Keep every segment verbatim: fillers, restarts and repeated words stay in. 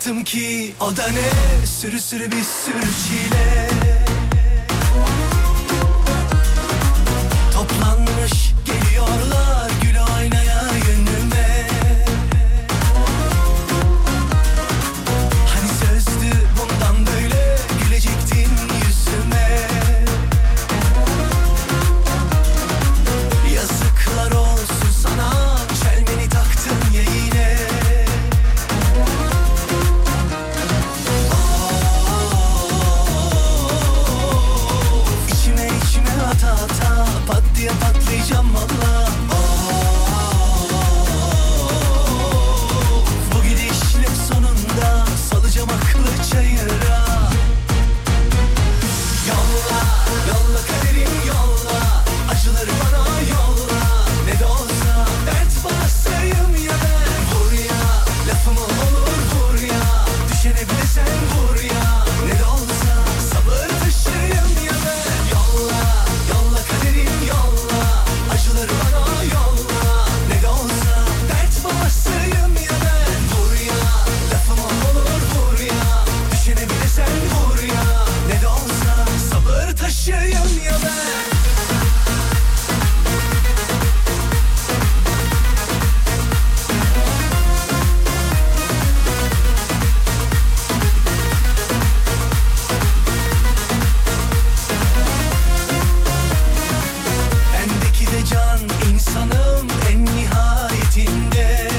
baktım ki o da ne, sürü sürü bir sürü çile. Toplanmış geliyorlar gül oynaya yönüme. Hani sözdü bundan böyle gülecektin yüzüme. Yazıklar olsun sana, çelmeni taktın ya yine. İçime içime ata ata pat diye patlayacağım valla. Bu gidişle sonunda salacağım aklı çayıra. Yolla, yolla kaderim yolla, acıları bana yolla. Ne de olsa dert basayım ya ben. Vur ya, lafımı olur vur ya, düşene bile sen vur ya. Ne de olsa sabır taşıyım ya ben. Yolla, yolla kaderim yolla, acıları bana yolla. Ne de olsa dert basayım ya ben. Vur ya, lafımı olur vur ya, düşene bile sen vur ya. Ne de olsa sabır taşıyım ya ben. Bendeki de can insanım en nihayetinde.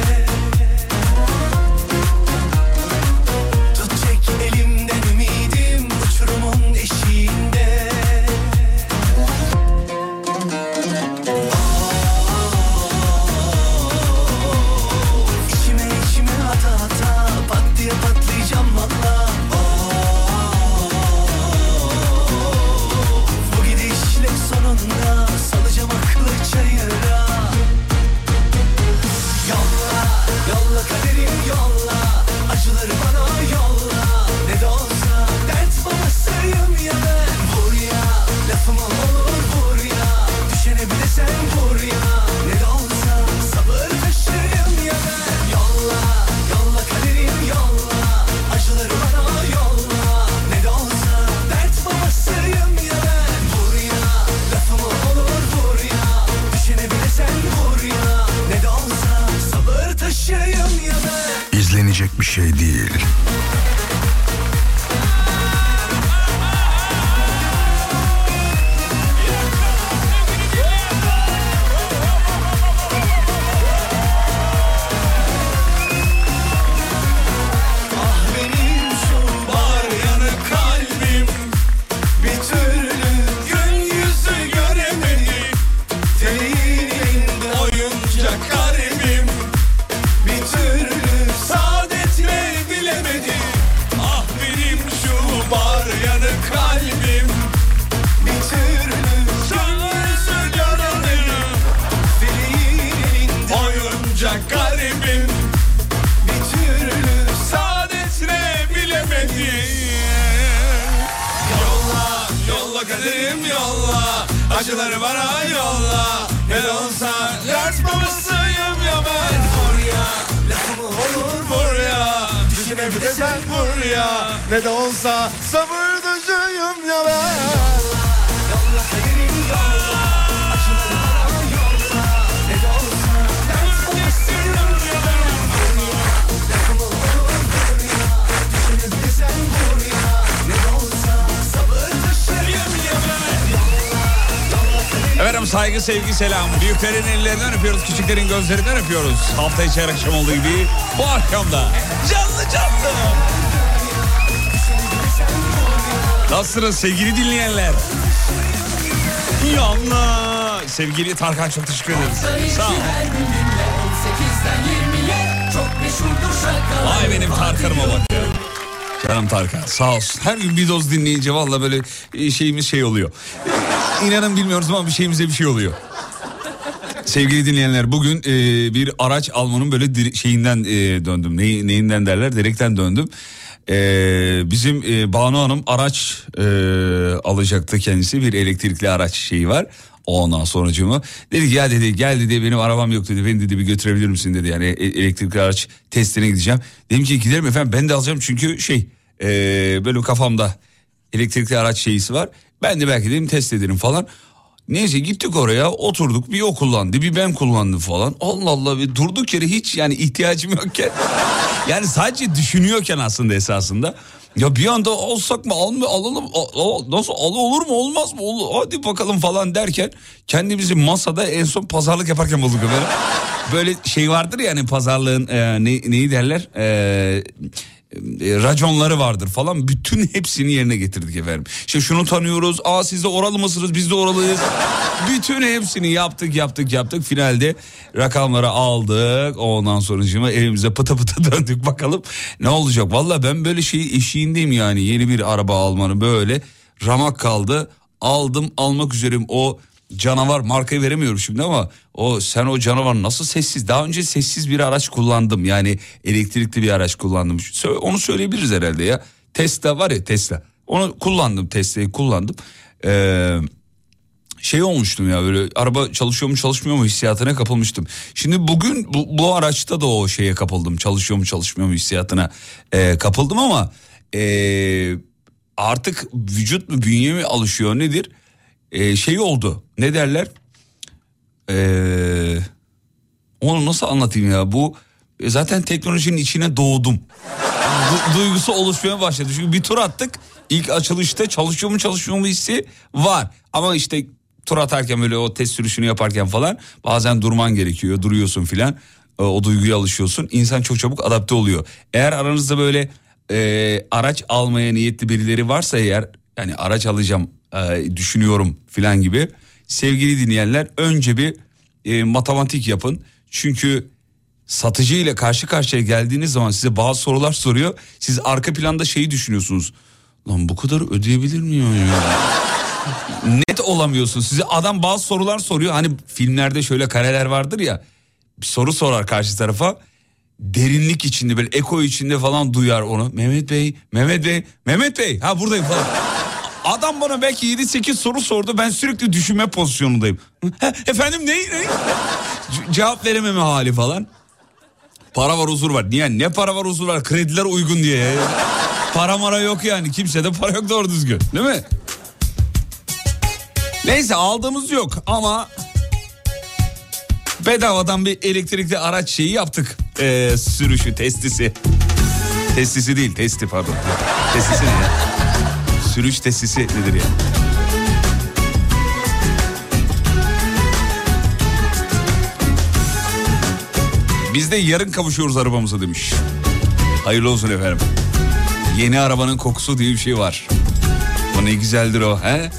Tut çek elimden ümidim uçurumun eşiğinde. İçime içime ata ata pat diye patlayacağım valla. Bu gidişle sonunda salacağım aklı çayıra. Yolla, yolla kaderim yolla, acıları bana yolla. Ne de olsa dert basayım ya ben. Vur ya, lafımı olur vur ya, düşene bile sen vur ya. Ne de olsa sabır taşıyım ya ben. Yolla, yolla kaderim yolla, acıları bana yolla. Ne de olsa dert basayım ya ben. Vur ya, lafımı olur vur ya, düşene bile sen vur ya. Ne de olsa sabır taşıyım ya ben. İzlenecek bir şey değil. Ah benim şu bar yanık kalbim, bir türlü gün yüzü göremedi. Telinin oyuncak garibim, bir türlü saadetle bilemedi. Ah benim şu bar yanık kalbim, bir türlü gün yüzü göremedi. Telinin oyuncak garibim, bir türlü saadetle bilemedi. Yolla, yolla kaderim yolla, acıları bana yolla. Ne de olsa dert babasıyım ya ben. Vur ya, lafımı olur vur ya, düşene bir de sen vur ya. Ne de olsa sabır taşıyım ya ben. Yolla kaderim yolla, acıları bana yolla. Ne de olsa dert babasıyım ya ben. Vur ya, lafımı olur vur ya, düşene bir de sen vur ya. Ne de olsa sabır taşıyım ya ben. Efendim saygı, sevgi, selam. Büyüklerin ellerinden öpüyoruz, küçüklerin gözlerinden öpüyoruz. Hafta içi her akşam olduğu gibi bu akşamda canlı canlı. Nasılsınız sevgili dinleyenler? Yallah. Sevgili Tarkan çok teşekkür ederiz. Sağ ol. Vay benim Tarkan'ıma bak ya. Canım Tarkan sağ olsun. Her gün bir doz dinleyince valla böyle şeyimiz şey oluyor. İnanın bilmiyoruz ama bir şeyimize bir şey oluyor. Sevgili dinleyenler, bugün e, bir araç almanın böyle dir- şeyinden e, döndüm. Ne, neyinden derler? Direkten döndüm. E, bizim e, Banu Hanım araç e, alacaktı kendisi. Bir elektrikli araç şeyi var. Ondan sonracığıma dedi ki ya dedi gel dedi benim arabam yok dedi. Beni dedi bir götürebilir misin dedi. Yani elektrikli araç testine gideceğim. Dedim ki giderim efendim ben de alacağım çünkü şey ee, böyle kafamda elektrikli araç şeysi var. Ben de belki dedim test ederim falan. Neyse gittik oraya oturduk bir o kullandı bir ben kullandım falan. Allah Allah bir durduk yere hiç yani ihtiyacım yokken yani sadece düşünüyorken aslında esasında. Ya bir anda alsak mı al mı alalım al, nasıl al olur mu olmaz mı olur, hadi bakalım falan derken kendimizi masada en son pazarlık yaparken bulduk böyle. Böyle şey vardır ya hani pazarlığın e, ne, neyi derler e, e, raconları vardır falan bütün hepsini yerine getirdik efendim. İşte şunu tanıyoruz aa siz de oralı mısınız biz de oralıyız. Bütün hepsini yaptık yaptık yaptık finalde rakamları aldık ondan sonracığıma evimize pıta pıta döndük bakalım ne olacak. Valla ben böyle şeyi eşiğindeyim yani yeni bir araba almanın böyle ramak kaldı aldım almak üzereyim o canavar markayı veremiyorum şimdi ama o sen o canavar nasıl sessiz daha önce sessiz bir araç kullandım yani elektrikli bir araç kullandım onu söyleyebiliriz herhalde ya Tesla var ya Tesla onu kullandım Tesla'yı kullandım eee şey olmuştum ya böyle araba çalışıyor mu çalışmıyor mu hissiyatına kapılmıştım. Şimdi bugün bu, bu araçta da o şeye kapıldım çalışıyor mu çalışmıyor mu hissiyatına e, kapıldım ama e, artık vücut mu bünye mi alışıyor nedir e, şey oldu ne derler e, onu nasıl anlatayım ya bu e, zaten teknolojinin içine doğdum. Du, duygusu oluşmaya başladı çünkü bir tur attık ilk açılışta çalışıyor mu çalışmıyor mu hissi var ama işte tur atarken böyle o test sürüşünü yaparken falan bazen durman gerekiyor duruyorsun filan o duyguya alışıyorsun insan çok çabuk adapte oluyor. Eğer aranızda böyle e, araç almaya niyetli birileri varsa eğer yani araç alacağım e, düşünüyorum filan gibi sevgili dinleyenler önce bir e, matematik yapın çünkü satıcı ile karşı karşıya geldiğiniz zaman size bazı sorular soruyor siz arka planda şeyi düşünüyorsunuz lan bu kadar ödeyebilir miyim ya? Net olamıyorsun. Size adam bazı sorular soruyor. Hani filmlerde şöyle kareler vardır ya. Bir soru sorar karşı tarafa. Derinlik içinde böyle eko içinde falan duyar onu. Mehmet Bey, Mehmet Bey, Mehmet Bey. Ha buradayım falan. Adam bana belki yedi sekiz soru sordu. Ben sürekli düşünme pozisyonundayım. Ha, efendim ne? ne? C- cevap verememe hali falan. Para var huzur var. Niye? Ne para var huzur var? Krediler uygun diye. Para mara yok yani. Kimsede para yok doğru düzgün. Değil mi? Neyse aldığımız yok ama bedavadan bir elektrikli araç şeyi yaptık. Ee, sürüşü, testisi. Testisi değil, testi pardon. Testisi ne ya? Sürüş testisi nedir ya? Biz de yarın kavuşuyoruz arabamıza demiş. Hayırlı olsun efendim. Yeni arabanın kokusu diye bir şey var. O ne güzeldir o, he?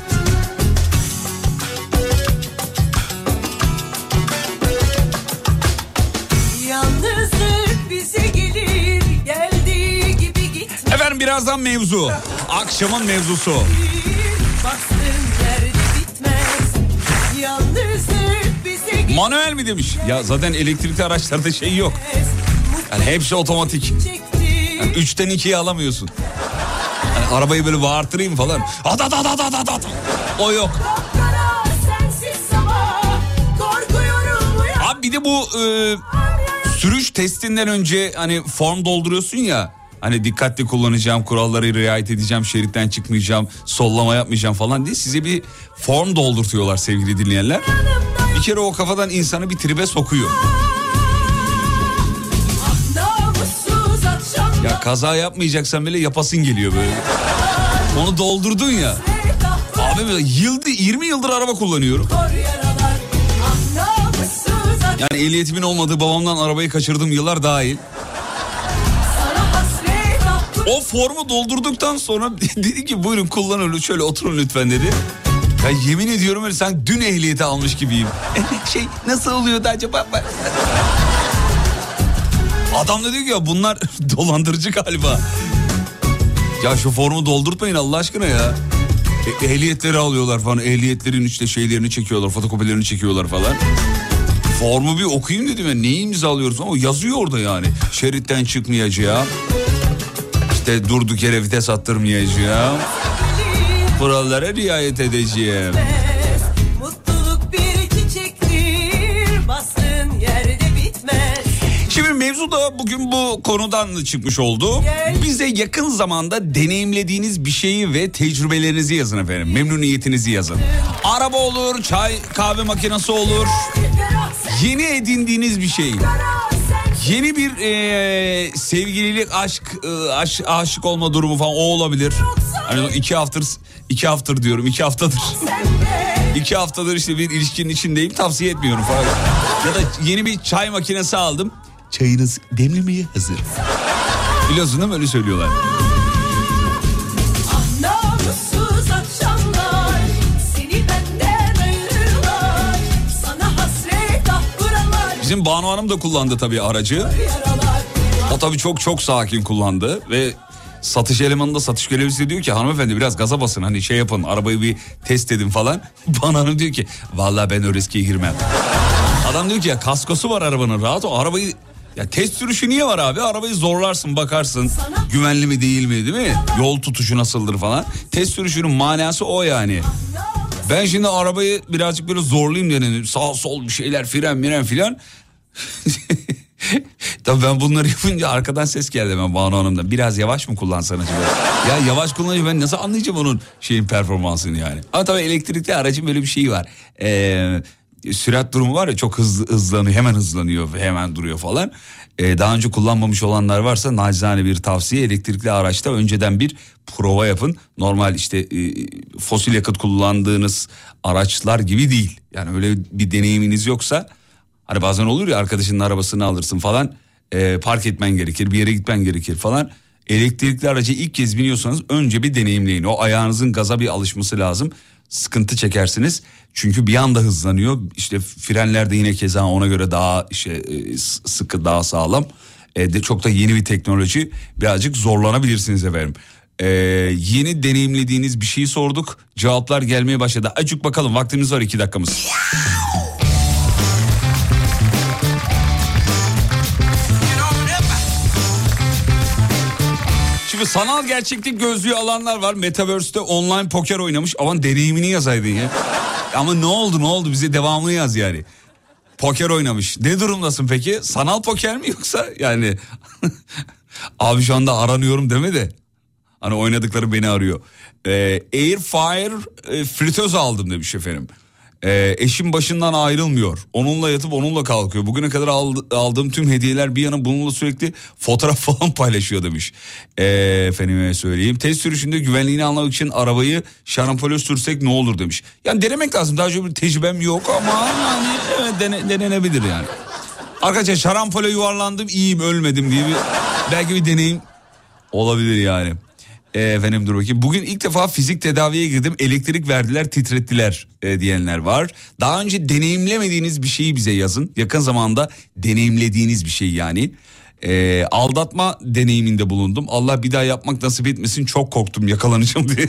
Efendim birazdan mevzu. Akşamın mevzusu. Manuel mi demiş? Ya zaten elektrikli araçlarda şey yok. Yani hepsi otomatik. Yani üçten ikiye alamıyorsun. Yani arabayı böyle bağırtırayım falan. At at at at at at. O yok. Abi bir de bu e, sürüş testinden önce hani form dolduruyorsun ya. Hani dikkatli kullanacağım, kurallara riayet edeceğim, şeritten çıkmayacağım, sollama yapmayacağım falan diye size bir form doldurtuyorlar sevgili dinleyenler. Bir kere o kafadan insanı bir tribe sokuyor. Ya kaza yapmayacaksan bile yapasın geliyor böyle. Onu doldurdun ya. Abi böyle yıldı, yirmi yıldır araba kullanıyorum. Yani ehliyetimin olmadığı babamdan arabayı kaçırdığım yıllar dahil. O formu doldurduktan sonra dedi ki buyurun kullanın şöyle oturun lütfen dedi. Ya yemin ediyorum öyle sen dün ehliyeti almış gibiyim. şey nasıl oluyordu acaba? Adam da diyor ki ya bunlar dolandırıcı galiba. Ya şu formu doldurtmayın Allah aşkına ya. E, ehliyetleri alıyorlar falan. Ehliyetlerin işte şeylerini çekiyorlar, fotokopilerini çekiyorlar falan. Formu bir okuyayım dedim ya. Neyi imzalıyoruz ama yazıyor orada yani. Şeritten çıkmayacağım. İşte durduk yere vites attırmayacağım. Kurallara riayet edeceğim. Şimdi mevzu da bugün bu konudan çıkmış oldu. Bize yakın zamanda deneyimlediğiniz bir şeyi ve tecrübelerinizi yazın efendim. Memnuniyetinizi yazın. Araba olur, çay, kahve makinesi olur. Yeni edindiğiniz bir şey. Yeni bir e, sevgililik, aşk, e, aşk, aşık olma durumu falan o olabilir. Hani iki haftadır, iki haftadır diyorum, iki haftadır. iki haftadır işte bir ilişkinin içindeyim, tavsiye etmiyorum falan. Ya da yeni bir çay makinesi aldım. Çayınız demlemeye hazır. Biliyorsun değil mi, öyle söylüyorlar. Bizim Banu Hanım da kullandı tabii aracı. O tabii çok çok sakin kullandı ve satış elemanında satış görevlisi diyor ki hanımefendi biraz gaza basın, hani şey yapın, arabayı bir test edin falan. Banu Hanım diyor ki vallahi ben o riske girmem. Adam diyor ki ya kaskosu var arabanın, rahat o arabayı, ya test sürüşü niye var abi, arabayı zorlarsın, bakarsın güvenli mi değil mi, değil mi, yol tutuşu nasıldır falan. Test sürüşünün manası o yani. Ben şimdi arabayı birazcık böyle zorlayayım dedim, sağ sol bir şeyler, fren miren filan. Tabii ben bunları yapınca arkadan ses geldi ben Banu Hanım'dan. Biraz yavaş mı kullansan acaba? Ya yavaş kullanınca ben nasıl anlayacağım onun şeyin performansını yani. Ama tabii elektrikli aracın böyle bir şeyi var. Ee, sürat durumu var ya, çok hızlı hızlanıyor, hemen hızlanıyor ve hemen duruyor falan. Ee, daha önce kullanmamış olanlar varsa nacizane bir tavsiye, elektrikli araçta önceden bir prova yapın. Normal işte e, fosil yakıt kullandığınız araçlar gibi değil. Yani öyle bir deneyiminiz yoksa, hani bazen olur ya arkadaşının arabasını alırsın falan, e, park etmen gerekir, bir yere gitmen gerekir falan. Elektrikli aracı ilk kez biniyorsanız önce bir deneyimleyin. O ayağınızın gaza bir alışması lazım. Sıkıntı çekersiniz. Çünkü bir anda hızlanıyor. İşte frenler de yine keza ona göre daha işte sıkı, daha sağlam. E, de çok da yeni bir teknoloji. Birazcık zorlanabilirsiniz efendim. E, yeni deneyimlediğiniz bir şeyi sorduk. Cevaplar gelmeye başladı. Acık bakalım, vaktimiz var, iki dakikamız. Şimdi sanal gerçeklik gözlüğü alanlar var. Metaverse'te online poker oynamış. Aman deneyimini yazaydın ya. Ama ne oldu ne oldu, bize devamını yaz yani. Poker oynamış. Ne durumdasın peki? Sanal poker mi yoksa yani? Abi şu anda aranıyorum deme de. Hani oynadıkları beni arıyor. Ee, Air fryer e, fritöz aldım demiş efendim. Ee, eşim başından ayrılmıyor. Onunla yatıp onunla kalkıyor. Bugüne kadar aldı, aldığım tüm hediyeler bir yana bununla sürekli fotoğraf falan paylaşıyor demiş. Ee, efendime söyleyeyim. Test sürüşünde güvenliğini anlamak için arabayı şarampole sürsek ne olur demiş. Yani denemek lazım. Daha önce bir tecrübem yok ama yani evet dene, denenebilir yani. Arkadaşlar şarampole yuvarlandım, iyiyim, ölmedim diye bir belki bir deneyim olabilir yani. E, efendim dur bakayım. Bugün ilk defa fizik tedaviye girdim. Elektrik verdiler, titrettiler e, diyenler var. Daha önce deneyimlemediğiniz bir şeyi bize yazın. Yakın zamanda deneyimlediğiniz bir şey yani. E, aldatma deneyiminde bulundum. Allah bir daha yapmak nasip etmesin. Çok korktum, yakalanacağım diye.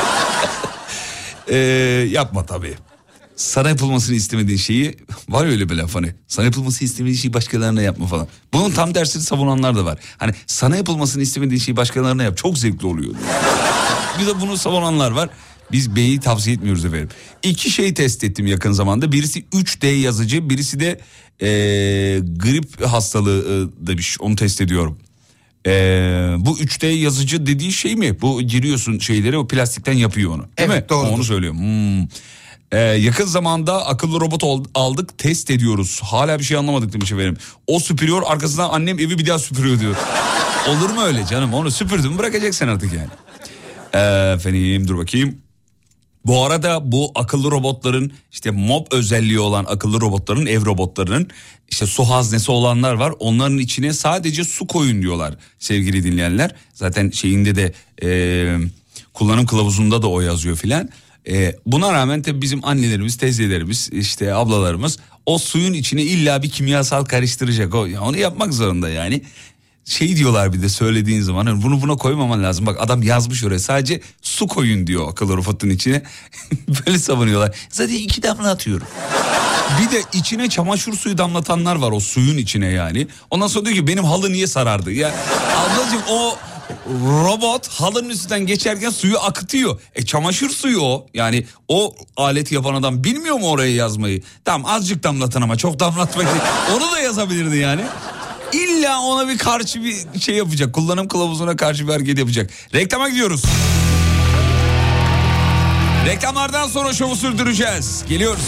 e, yapma tabii. Sana yapılmasını istemediğin şeyi, var ya öyle bir laf hani, sana yapılmasını istemediğin şeyi başkalarına yapma falan. Bunun tam dersini savunanlar da var. Hani sana yapılmasını istemediğin şeyi başkalarına yap, çok zevkli oluyor. Bir de bunu savunanlar var. Biz B'yi tavsiye etmiyoruz efendim. İki şey test ettim yakın zamanda. Birisi üç D yazıcı, birisi de ee, grip hastalığı e, demiş, onu test ediyorum. Ee, bu üç D yazıcı dediği şey mi? Bu giriyorsun şeyleri, o plastikten yapıyor onu. Değil evet, mi? doğrudur. Onu söylüyorum. Hmm. Ee, yakın zamanda akıllı robot aldık, test ediyoruz. Hala bir şey anlamadık demiş efendim. O süpürüyor, arkasından annem evi bir daha süpürüyor diyor. Olur mu öyle canım, onu süpürdün bırakacaksın artık yani. Ee, efendim dur bakayım. Bu arada bu akıllı robotların işte mob özelliği olan akıllı robotların, ev robotlarının işte su haznesi olanlar var. Onların içine sadece su koyun diyorlar sevgili dinleyenler. Zaten şeyinde de e, kullanım kılavuzunda da o yazıyor filan. Ee, buna rağmen tabii bizim annelerimiz, teyzelerimiz, işte ablalarımız o suyun içine illa bir kimyasal karıştıracak. O, onu yapmak zorunda yani. Şey diyorlar bir de söylediğin zaman, hani bunu buna koymaman lazım. Bak adam yazmış oraya, sadece su koyun diyor akıllı robotun içine. Böyle savunuyorlar. Zaten iki damla atıyorum. Bir de içine çamaşır suyu damlatanlar var o suyun içine yani. Ondan sonra diyor ki benim halı niye sarardı? Ya ablacığım o robot halının üstünden geçerken suyu akıtıyor. E çamaşır suyu o. Yani o aleti yapan adam bilmiyor mu oraya yazmayı? Tamam azıcık damlatın ama çok damlatmayın. Onu da yazabilirdi yani. İlla ona bir karşı bir şey yapacak. Kullanım kılavuzuna karşı bir hareket yapacak. Reklama gidiyoruz. Reklamlardan sonra şovu sürdüreceğiz. Geliyoruz.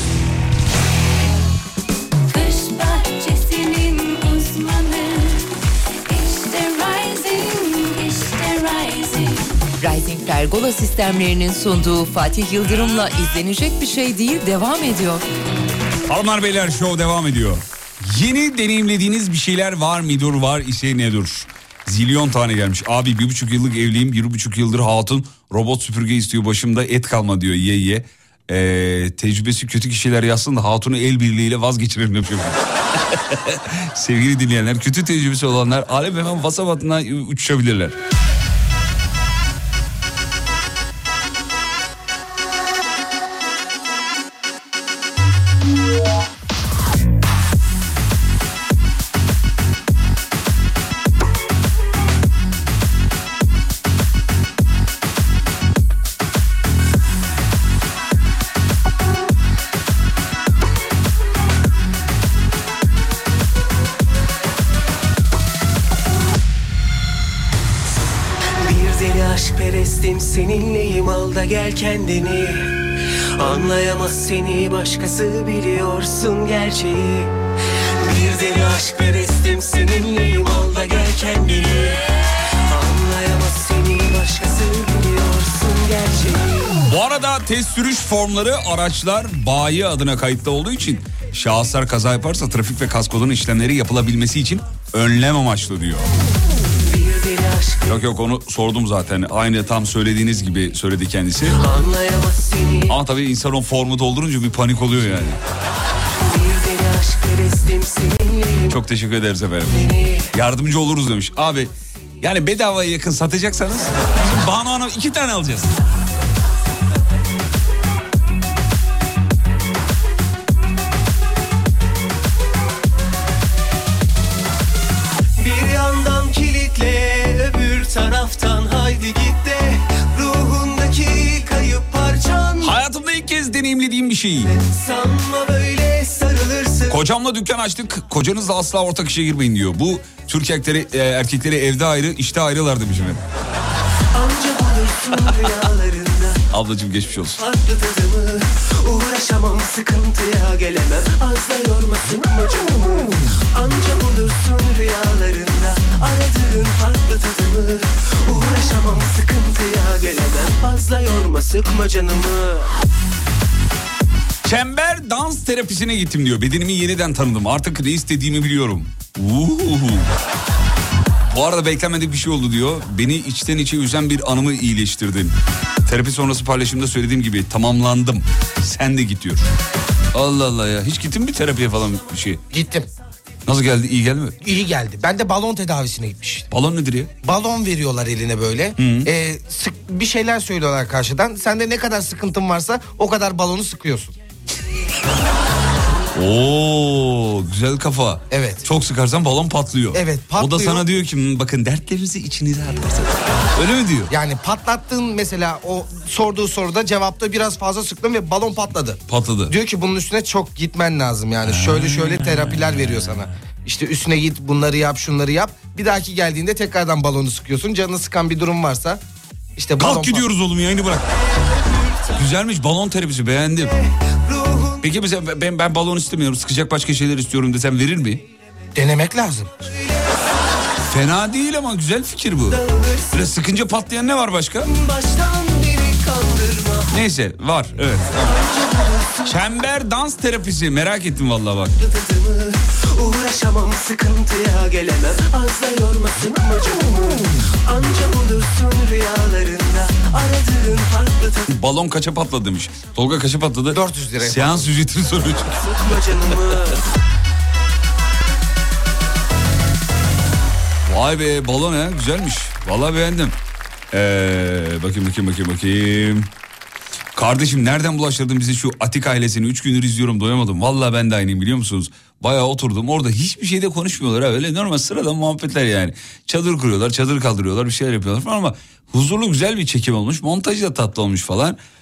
Kış bahçesinin uzmanı, işte Rising, işte Rising. Rising Pergola sistemlerinin sunduğu Fatih Yıldırım'la izlenecek bir şey değil devam ediyor. Hanımlar beyler, şov devam ediyor. Yeni deneyimlediğiniz bir şeyler var mıdır, var ise nedir? Zilyon tane gelmiş. Abi bir buçuk yıllık evliyim, bir buçuk yıldır hatun robot süpürge istiyor, başımda et kalma diyor, ye ye. Ee, tecrübesi kötü kişiler yazsın da hatunu el birliğiyle vazgeçirelim yapıyor. Sevgili dinleyenler, kötü tecrübesi olanlar alem hemen WhatsApp hattından uçuşabilirler. Seninleyim, al da gel kendini. Anlayamaz seni başkası, biliyorsun gerçeği. Bir deli aşk perestim, seninleyim, al da gel kendini. Anlayamaz seni başkası, biliyorsun gerçeği. Bu arada test sürüş formları araçlar bayi adına kayıtlı olduğu için şahıslar kaza yaparsa trafik ve kaskodan işlemleri yapılabilmesi için önlem amaçlı diyor. Yok yok, onu sordum zaten. Aynı tam söylediğiniz gibi söyledi kendisi. Ama tabii insan o formu doldurunca bir panik oluyor yani. Çok teşekkür ederiz efendim. Yardımcı oluruz demiş. Abi yani bedavaya yakın satacaksanız bizim Banu Hanım iki tane alacağız. Bir yandan kilitle, öbür taraftan haydi git de ruhundaki kayıp parçan. Hayatımda ilk kez deneyimlediğim bir şeyi. Sanma böyle sarılırsın. Kocamla dükkan açtık. Kocanızla asla ortak işe girmeyin diyor. Bu Türk erkekleri, e, erkekleri evde ayrı, işte ayrılar demiş efendim. Anca bulursun rüyalarında. Ablacığım geçmiş olsun. Farklı tadımı, uğraşamam sıkıntıya gelemem. Azla yorma sıkma canımı. Anca bulursun rüyalarında aradığın farklı tadımı. Uğraşamam sıkıntıya gelemem. Fazla yorma sıkma canımı. Çember dans terapisine gittim diyor. Bedenimi yeniden tanıdım. Artık ne istediğimi biliyorum. Uhuhu. Bu arada beklenmedik bir şey oldu diyor. Beni içten içe üzen bir anımı iyileştirdin. Terapi sonrası paylaşımda söylediğim gibi tamamlandım. Sen de git diyor. Allah Allah ya. Hiç gittin mi terapiye falan bir şey? Gittim. Nasıl geldi? İyi geldi mi? İyi geldi. Ben de balon tedavisine gitmiştim. Balon nedir ya? Balon veriyorlar eline böyle. Ee, sık, bir şeyler söylüyorlar karşıdan. Sende ne kadar sıkıntın varsa o kadar balonu sıkıyorsun. Oo, güzel kafa. Evet. Çok sıkarsan balon patlıyor. Evet, patlıyor. O da sana diyor ki bakın dertlerinizi içinize atarsın. Öyle mi diyor? Yani patlattığın mesela o sorduğu soruda cevapta biraz fazla sıktın ve balon patladı. Patladı. Diyor ki bunun üstüne çok gitmen lazım yani. Şöyle şöyle terapiler veriyor sana. İşte üstüne git, bunları yap, şunları yap. Bir dahaki geldiğinde tekrardan balonu sıkıyorsun. Canını sıkan bir durum varsa işte balon Kalk gidiyoruz pat- oğlum, yayını bırak. Güzelmiş balon terapisi, beğendim. Peki mesela ben, ben balon istemiyorum, sıkacak başka şeyler istiyorum desem verir mi? Denemek lazım. Fena değil ama güzel fikir bu. Böyle sıkınca patlayan ne var başka? Baştan beni kandırma. Neyse var, evet. Çember dans terapisi, merak ettim vallahi bak. Tadımı, uğraşamam sıkıntıya gelemem. Azla yorma sıkma canımı. Anca bulursun rüyalarında aradığın farklı tadımı. Balon kaça patladı demiş. Tolga kaça patladı? dört yüz liraya. Seans ücretini soruyor. Sıkma canımı. Vay be, balon ha, güzelmiş. Vallahi beğendim. Ee, bakayım bakayım bakayım bakayım. Kardeşim nereden bulaştırdın bizi şu Atik ailesini? Üç gündür izliyorum, doyamadım. Vallahi ben de aynıyım, biliyor musunuz? Bayağı oturdum orada, hiçbir şeyde konuşmuyorlar ha. Öyle normal sıradan muhabbetler yani. Çadır kuruyorlar, çadır kaldırıyorlar, bir şeyler yapıyorlar falan ama huzurlu güzel bir çekim olmuş. Montajı da tatlı olmuş falan.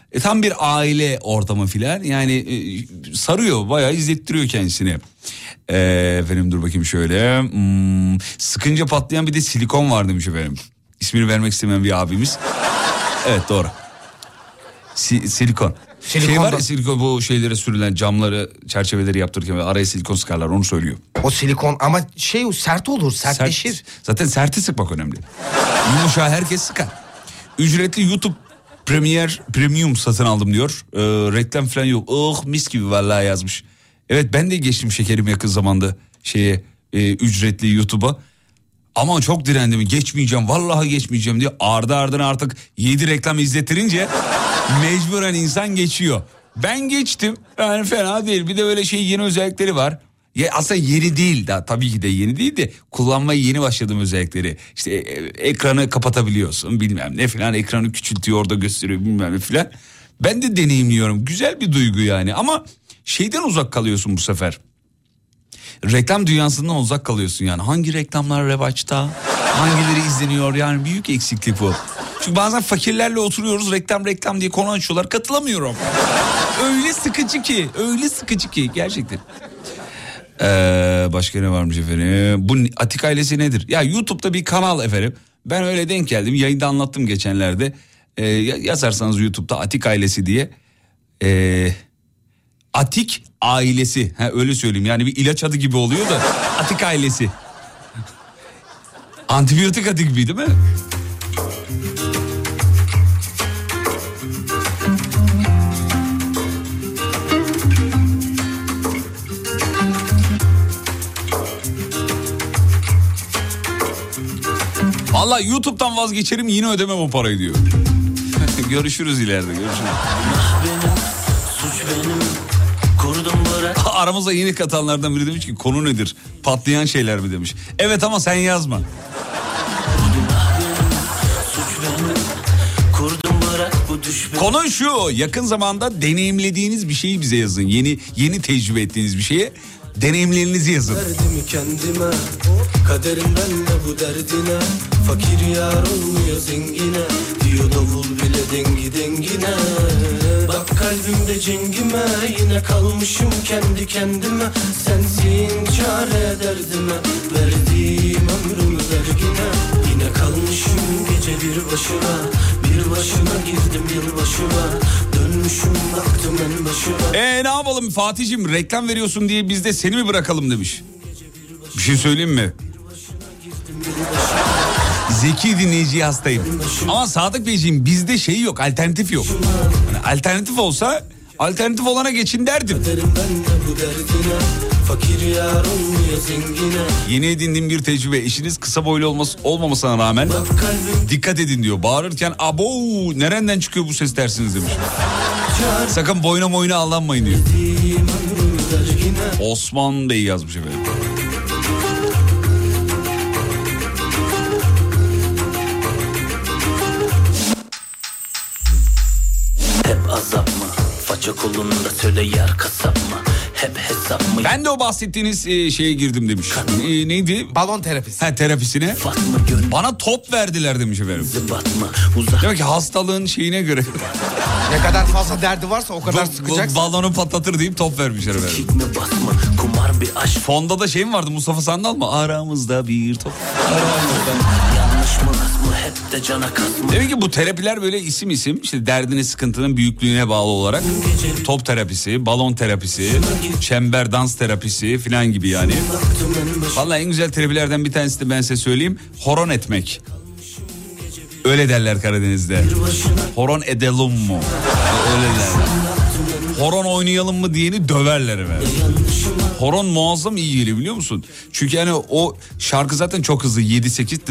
E, tam bir aile ortamı filan. Yani e, sarıyor, bayağı izlettiriyor kendisini. E, efendim dur bakayım şöyle. Hmm, sıkınca patlayan bir de silikon var demiş efendim. İsmini vermek istemeyen bir abimiz. Evet doğru. Si, silikon. Silikon şey var ya, silikon, bu şeylere sürülen camları, çerçeveleri yaptırırken araya silikon sıkarlar, onu söylüyor. O silikon ama şey o sert olur, sertleşir. Sert, zaten serti sıkmak önemli. Yumuşağı herkes sıkar. Ücretli YouTube Premier Premium satın aldım diyor. Ee, reklam falan yok. Oh mis gibi vallahi yazmış. Evet ben de geçtim şekerim yakın zamanda şeye e, ücretli YouTube'a. Ama çok direndim, geçmeyeceğim vallahi geçmeyeceğim diye ardı ardına artık yedi reklam izlettirince mecburen insan geçiyor. Ben geçtim, yani fena değil, bir de böyle şey yeni özellikleri var. Ya aslında yeni değil, daha tabii ki de yeni değil de kullanmaya yeni başladığım özellikleri. İşte e, ekranı kapatabiliyorsun bilmem ne filan, ekranı küçültüyor orada gösteriyor bilmem ne filan. Ben de deneyimliyorum, güzel bir duygu yani, ama şeyden uzak kalıyorsun bu sefer. Reklam dünyasından uzak kalıyorsun yani. Hangi reklamlar revaçta, hangileri izleniyor, yani büyük eksiklik bu. Çünkü bazen fakirlerle oturuyoruz, reklam reklam diye konu açıyorlar, katılamıyorum. Öyle sıkıcı ki, öyle sıkıcı ki gerçekten. Ee, başka ne varmış efendim? Bu Atik ailesi nedir? Ya YouTube'da bir kanal efendim. Ben öyle denk geldim, yayında anlattım geçenlerde. Ee, yazarsanız YouTube'da Atik ailesi diye. Ee, Atik ailesi, ha, öyle söyleyeyim, yani bir ilaç adı gibi oluyor da Atik ailesi. Antibiyotik adı gibi değil mi? Vallahi YouTube'dan vazgeçerim, yine ödemem o parayı diyor. Görüşürüz ileride, görüşürüz. Benim, suç benim. Aramıza yeni katanlardan biri demiş ki konu nedir? Patlayan şeyler mi demiş. Evet ama sen yazma. Konu şu: yakın zamanda deneyimlediğiniz bir şeyi bize yazın. Yeni yeni tecrübe ettiğiniz bir şeye deneyimlerinizi yazın. Kendime, kaderimden de bu derdine, fakir yar olmuyor zengine, diyor davul bile dengi dengine. Bak kalbimde cengime, yine kalmışım kendi kendime, sensin çare derdime, verdiğim ömrümü vergine. Yine kalmışım gece bir başıma, bir başına girdim yılbaşıma, dönmüşüm baktım en başıma. Eee ne yapalım Fatih'cim, reklam veriyorsun diye biz de seni mi bırakalım demiş. Bir şey söyleyeyim mi? Zeki dinleyiciye hastayım. Ama Sadık Beyciğim bizde şey yok, alternatif yok. Yani alternatif olsa alternatif olana geçin derdim. Yeni edindiğim bir tecrübe, eşiniz kısa boylu olması, olmamasına rağmen dikkat edin diyor. Bağırırken abo nereden çıkıyor bu ses dersiniz demiş. Sakın boyuna boyuna aldanmayın diyor. Osman Bey yazmış efendim. Hep azap mı? Faça kolunda söyle yar kasap mı? Hep hesap mı? Ben de o bahsettiğiniz e, şeye girdim demiş. E, neydi? Balon terapisi. Ha, terapisine. Bana top verdiler demiş efendim. Demek ki hastalığın şeyine göre. Ne kadar fazla derdi varsa o kadar sıkacaksın. Balonu patlatır deyip top vermişler efendim. Fonda da şey mi vardı, Mustafa Sandal mı? Aramızda bir top. Aramızda. Demek ki bu terapiler böyle isim isim, işte derdine, sıkıntının büyüklüğüne bağlı olarak top terapisi, balon terapisi, çember dans terapisi filan gibi yani. Vallahi en güzel terapilerden bir tanesi de ben size söyleyeyim, horon etmek. Öyle derler Karadeniz'de. Horon edelim mu? Öyle derler. Horon oynayalım mı diyeni döverler efendim. Horon muazzam iyi geliyor biliyor musun? Çünkü yani o şarkı zaten çok hızlı, yedi sekiz.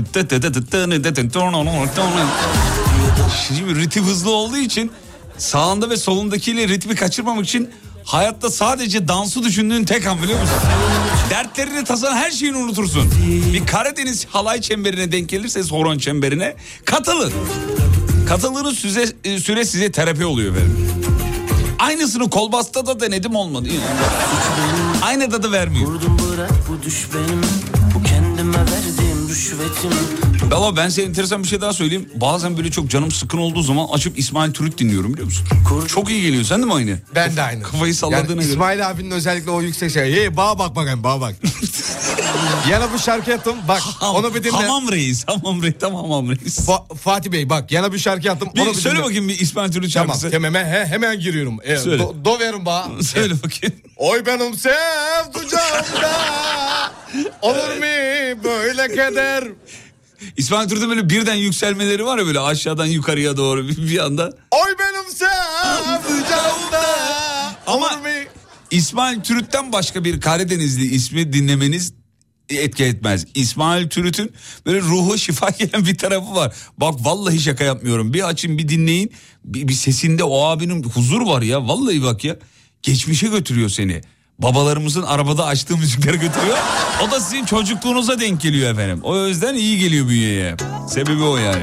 Şimdi ritim hızlı olduğu için sağında ve solundakiyle ritmi kaçırmamak için hayatta sadece dansı düşündüğün tek an biliyor musun? Dertlerini, tasanı, her şeyini unutursun. Bir Karadeniz halay çemberine denk gelirseniz, horon çemberine katılın. Katılığınız süre, süre size terapi oluyor efendim. Aynısını Kolbast'ta da denedim, olmadı. Aynı tadı vermiyor. Vurdum bırak bu düş benim, bu kendime verdiğim rüşvet. servetim. Valla ben size enteresan bir şey daha söyleyeyim. Bazen böyle çok canım sıkın olduğu zaman açıp İsmail Türüt dinliyorum, biliyor musun? Çok iyi geliyor. Sen de mi aynı? Ben de aynı. Kafayı salladığına yani göre. İsmail abinin özellikle o yüksek şey. Hey bağa bak bakayım bağa bak. Yana bu şarkı yaptım. Bak onu bir dinle. Hamam reis. Hamam reis. Tamam hamam reis. Fa- Fatih Bey bak yana bir şarkı yaptım. Bir, onu bir söyle dinle. bakayım bir İsmail Türüt Tamam şarkısı. hemen, he, hemen giriyorum. E, Söyle. Do, do verin bağa. Söyle bakayım. Oy benim sevducağımda olur mu böyle keder? İsmail Türüt'ün böyle birden yükselmeleri var ya, böyle aşağıdan yukarıya doğru bir, bir anda. Oy benim sevducağımda Ama olur mu? İsmail Türüt'ten başka bir Karadenizli ismi dinlemeniz etki etmez. İsmail Türüt'ün böyle ruhu şifa gelen bir tarafı var. Bak vallahi şaka yapmıyorum. Bir açın bir dinleyin. Bir, bir sesinde o abinin huzur var ya. Vallahi bak ya. Geçmişe götürüyor seni. Babalarımızın arabada açtığı müzikleri götürüyor. O da sizin çocukluğunuza denk geliyor efendim. O yüzden iyi geliyor bünyeye. Sebebi o yani.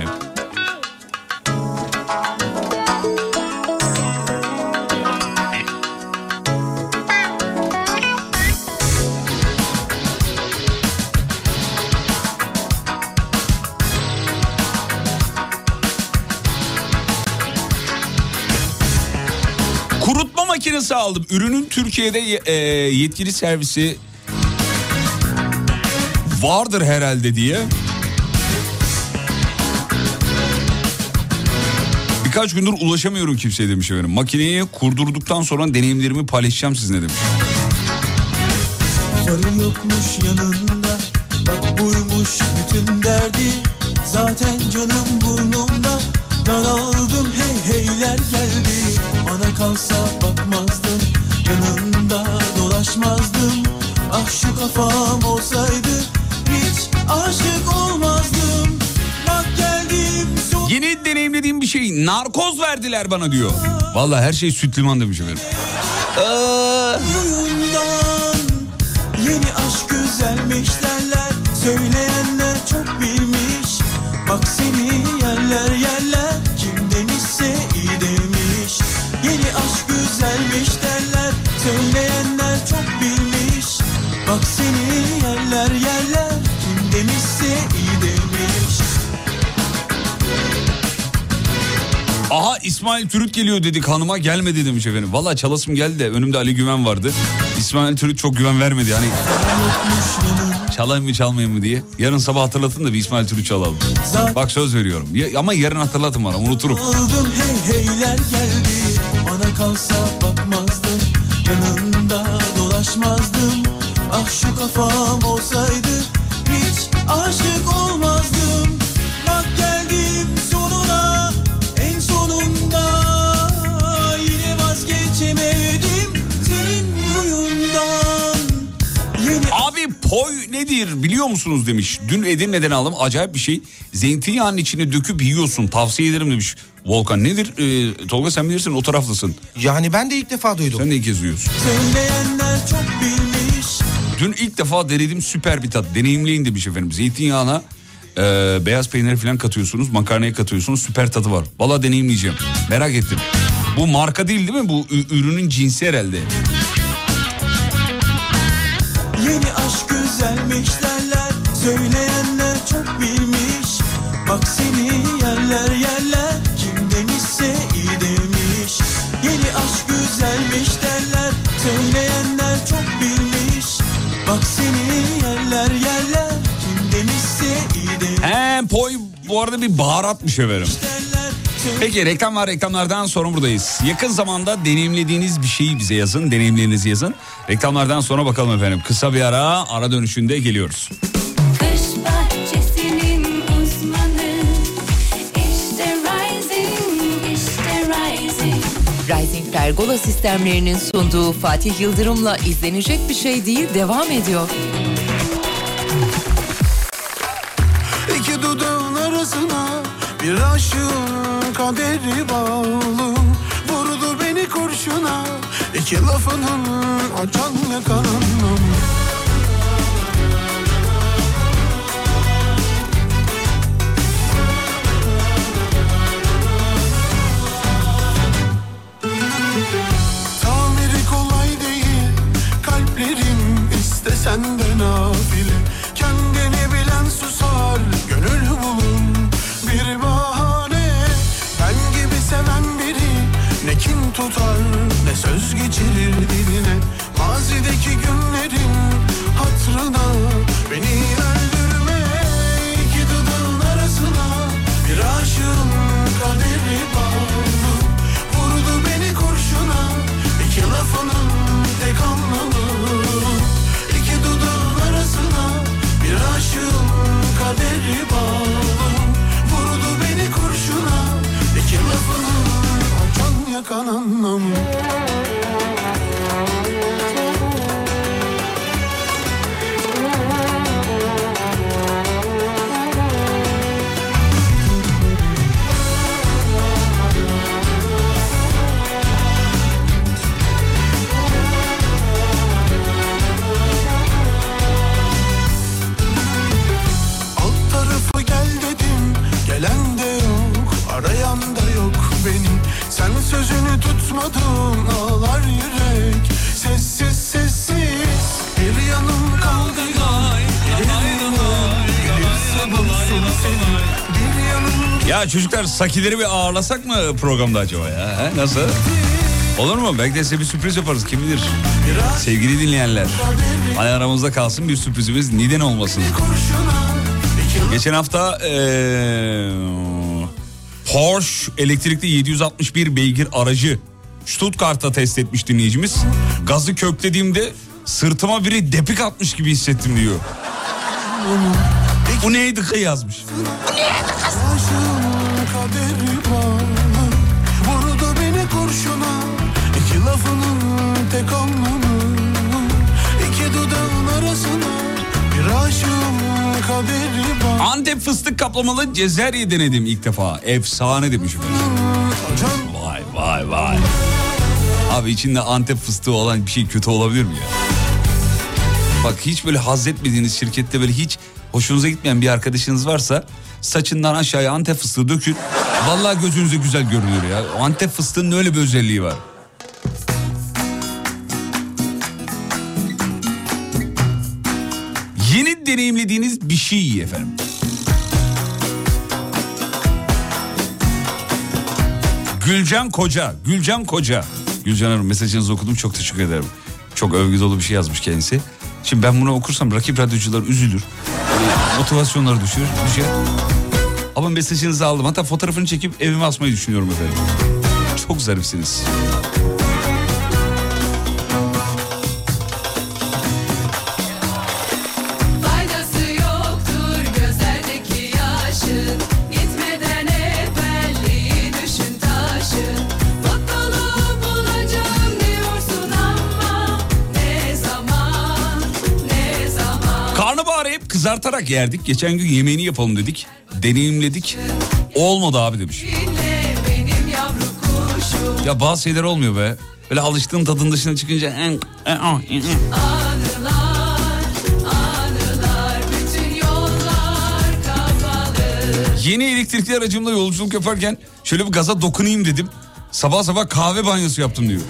Kurutma makinesi aldım. Ürünün Türkiye'de e, yetkili servisi vardır herhalde diye. Birkaç gündür ulaşamıyorum kimseye demiş efendim. Makineyi kurdurduktan sonra deneyimlerimi paylaşacağım sizinle demiş. Varı yokmuş yanında, bak buymuş bütün derdi. Zaten canım burnumda, daraldım hey heyler geldi. Bana kalsa bakmazdım, yanında dolaşmazdım. Ah şu kafam olsaydı hiç aşık olmazdım. Bak geldim son... Yeni deneyimlediğim bir şey, narkoz verdiler bana diyor. Vallahi her şey süt liman demiş efendim. Aa... Yuyundan yeni aşk güzelmiş derler. Söyleyenler çok bilmiş. Bak seni yerler yerler. Kim demişse iyi demiş. Yeni aşk güzelmiş derler. Söyleyenler çok bilmiş. Bak seni yerler yerler. Kim demişse iyi demiş. Aha İsmail Türüt geliyor dedik, hanıma gelmedi demiş efendim. Vallahi çalasım geldi de önümde Ali Güven vardı. İsmail Türüt çok güven vermedi yani. Çalayım mı çalmayayım mı diye. Yarın sabah hatırlatın da bir İsmail Türüt çalalım. Bak söz veriyorum. Ya, ama yarın hatırlatın bana, unuturum. Aldım hey heyler geldi. Bana kalsa bakmazdım. Yanında dolaşmazdım. Ah şu kafam olsaydı hiç aşık olmazdım. Bak geldim sonuna, en sonunda yine vazgeçemedim senin huyundan. Yeni... Abi poy nedir biliyor musunuz demiş. Dün Edirne'den aldım, acayip bir şey. Zeytinyağının içine döküp yiyorsun, tavsiye ederim demiş. Volkan nedir? Ee, Tolga sen bilirsin, o taraflısın. Yani ben de ilk defa duydum. Sen de ilk kez duyuyorsun. Söyleyenler çok bilmiş. Dün ilk defa denedim, süper bir tat. Deneyimleyin demiş efendim. Zeytinyağına e, beyaz peynir falan katıyorsunuz, makarnaya katıyorsunuz, süper tadı var. Vallahi deneyimleyeceğim. Merak ettim. Bu marka değil değil mi? Bu ü- ürünün cinsi herhalde. Yeni aşk güzelmiş derler. Söyleyenler çok bilmiş. Bak seni yerler yerler. Kim demişse iyi demiş. Yeni aşk güzelmiş derler. Söyleyenler çok bilmiş. Bak seni yerler yerler. Kim demişse iyi demiş He poy bu arada bir baharatmış efendim. derler. Peki reklam var, reklamlardan sonra buradayız. Yakın zamanda deneyimlediğiniz bir şeyi bize yazın, deneyimlerinizi yazın. Reklamlardan sonra bakalım efendim. Kısa bir ara, ara dönüşünde geliyoruz. Kış bahçesinin uzmanı işte Rising, işte Rising. Rising Pergola sistemlerinin sunduğu Fatih Yıldırım'la izlenecek bir şey değil devam ediyor. İki dudağın arasına bir aşığın kaderi bağlı. Vurdu beni kurşuna iki lafının açan ve karanlığım. Tamiri kolay değil kalplerim istesen de nafile. Kendini bilen susar kaderi bağlı. Vurdu beni kurşuna, iki lafını can yakan anlamı. Gelen de yok, arayan da yok beni. Sen sözünü tutmadın, ağlar yürek. Sessiz sessiz bir yanım kaldı ya. Bir yanım gelirse bulsun seni. Bir yanım... Ya çocuklar Sakileri bir ağırlasak mı programda acaba ya? He? Nasıl? Olur mu? Belki de size bir sürpriz yaparız, kim bilir. Sevgili dinleyenler, hani aramızda kalsın bir sürprizimiz, neden olmasın? Geçen hafta ee, Porsche elektrikli yedi yüz altmış bir beygir aracı Stuttgart'ta test etmiş dinleyicimiz. Gazı köklediğimde sırtıma biri depik atmış gibi hissettim diyor. Bu neydi kı yazmış. Bu neydi kız? Vurdu beni kurşuna, iki lafının tek anlamı. İki dudağın arasına bir aşığım kaderi bağlı. Antep fıstık kaplamalı Cezerye denedim ilk defa. Efsane demiş. Vay vay vay. Abi içinde Antep fıstığı olan bir şey kötü olabilir mi ya? Bak hiç böyle haz etmediğiniz şirkette böyle hiç hoşunuza gitmeyen bir arkadaşınız varsa saçından aşağıya Antep fıstığı dökün. Vallahi gözünüze güzel görünüyor ya. Antep fıstığının öyle bir özelliği var. Yeni deneyimlediğiniz bir şey efendim. Gülcan Koca, Gülcan Koca. Gülcan Hanım mesajınızı okudum, çok teşekkür ederim. Çok övgü dolu bir şey yazmış kendisi. Şimdi ben bunu okursam rakip radyocular üzülür. Motivasyonları düşür, düşer. Ama mesajınızı aldım. Hatta fotoğrafını çekip evime asmayı düşünüyorum efendim. Çok zarifsiniz. Kızartarak yerdik. Geçen gün yemeğini yapalım dedik. Deneyimledik. Olmadı abi demiş. Ya bazı şeyler olmuyor be. Böyle alıştığın tadın dışına çıkınca... Anılar, anılar, bütün yollar kapalı. Yeni elektrikli aracımla yolculuk yaparken şöyle bir gaza dokunayım dedim. Sabah sabah kahve banyosu yaptım diyor.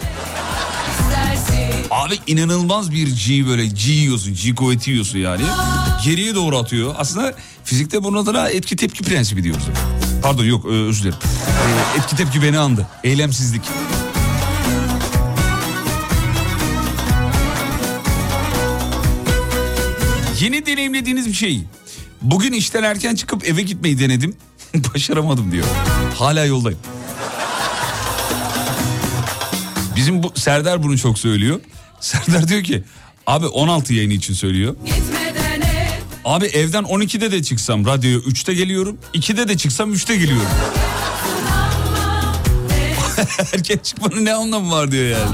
Abi inanılmaz bir G böyle G yiyorsun, G kuvveti yiyorsun yani. Geriye doğru atıyor. Aslında fizikte bunun adına etki tepki prensibi diyoruz. Pardon yok özür dilerim. Etki tepki beni andı. Eylemsizlik. Yeni deneyimlediğiniz bir şey. Bugün işten erken çıkıp eve gitmeyi denedim. Başaramadım diyor. Hala yoldayım. Bizim bu Serdar bunu çok söylüyor. Serdar diyor ki abi on altı yayını için söylüyor. Abi evden on ikide de çıksam radyoya üçte geliyorum. ikide de çıksam üçte geliyorum. Erken çıkmanın ne anlamı var diyor yani.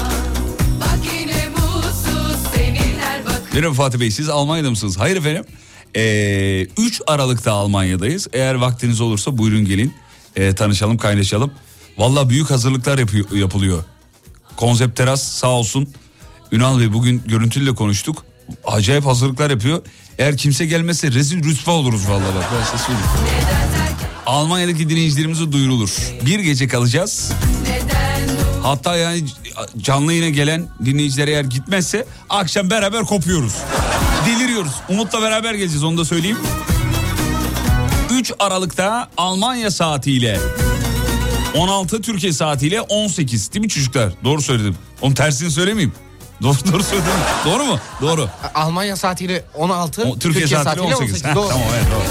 Merhaba Fatih Bey, siz Almanya'da mısınız? Hayır efendim. Ee, üç Aralık'ta Almanya'dayız. Eğer vaktiniz olursa buyurun gelin. Ee, tanışalım, kaynaşalım. Vallahi büyük hazırlıklar yapıyor, yapılıyor. Konsept Teras sağ olsun. Ünal Bey bugün görüntüyle konuştuk. Acayip hazırlıklar yapıyor. Eğer kimse gelmezse rezil rüsva oluruz vallahi bak. Ben size söyleyeyim. Almanya'daki dinleyicilerimize duyurulur. Bir gece kalacağız. Hatta yani canlı yayına gelen dinleyiciler eğer gitmezse akşam beraber kopuyoruz. Deliriyoruz. Umut'la beraber geleceğiz, onu da söyleyeyim. üç Aralık'ta Almanya saatiyle on altı Türkiye saatiyle on sekiz değil mi çocuklar? Doğru söyledim. Onun tersini söylemeyeyim. Doğru, doğru söyledim. Doğru mu? Doğru. Almanya saatiyle on altı, o, Türkiye, Türkiye saatiyle on sekiz. on sekiz. Heh, doğru. Tamam evet doğru.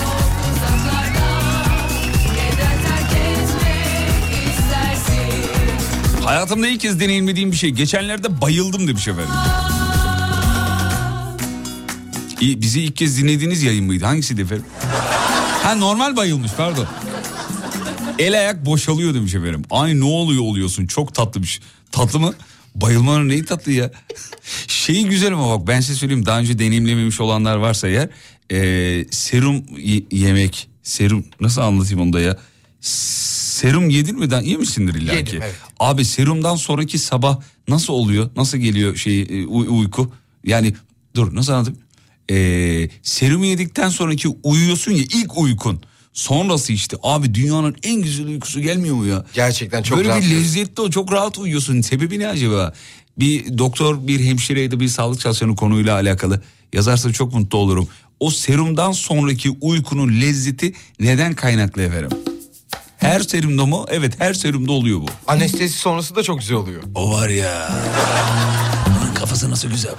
Hayatımda ilk kez deneyimlediğim bir şey. Geçenlerde bayıldım demiş efendim. İ- Bizi ilk kez dinlediğiniz yayın mıydı? Hangisiydi efendim? Ha normal bayılmış pardon. El ayak boşalıyor demiş efendim. Ay ne oluyor oluyorsun çok tatlı bir şey. Tatlı mı? Bayılmanın neyi tatlı ya? Şeyi güzel ama bak ben size söyleyeyim daha önce deneyimlememiş olanlar varsa eğer e, serum y- yemek serum nasıl anlatayım onu da ya serum yedin mi? Yemişsindir illa ki. Yedim, evet. Abi serumdan sonraki sabah nasıl oluyor? Nasıl geliyor şey e, uy- uyku? Yani dur nasıl anlatayım? E, serumu yedikten sonraki uyuyorsun ya ilk uykun. Sonrası işte abi dünyanın en güzel uykusu gelmiyor mu ya? Gerçekten çok Böyle rahat. bir lezzetli o çok rahat uyuyorsun. Sebebi ne acaba? Bir doktor, bir hemşire ya da bir sağlık çalışanı konuyla alakalı yazarsa çok mutlu olurum. O serumdan sonraki uykunun lezzeti neden kaynaklı efendim? Her serumda mı? Evet her serumda oluyor bu. Anestezi sonrası da çok güzel oluyor. O var ya. Onun kafası nasıl güzel.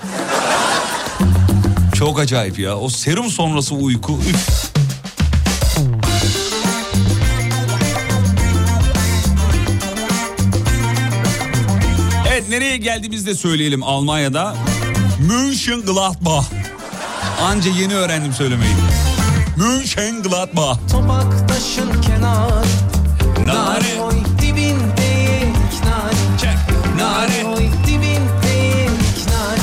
Çok acayip ya. O serum sonrası uyku. Üf. Evet nereye geldiğimizi de söyleyelim Almanya'da. Mönchengladbach. Anca yeni öğrendim söylemeyi. Mönchengladbach. Topak taşın kenar. Nare. Oy dibindeyik nare. Çek. Nare. Oy dibindeyik nare.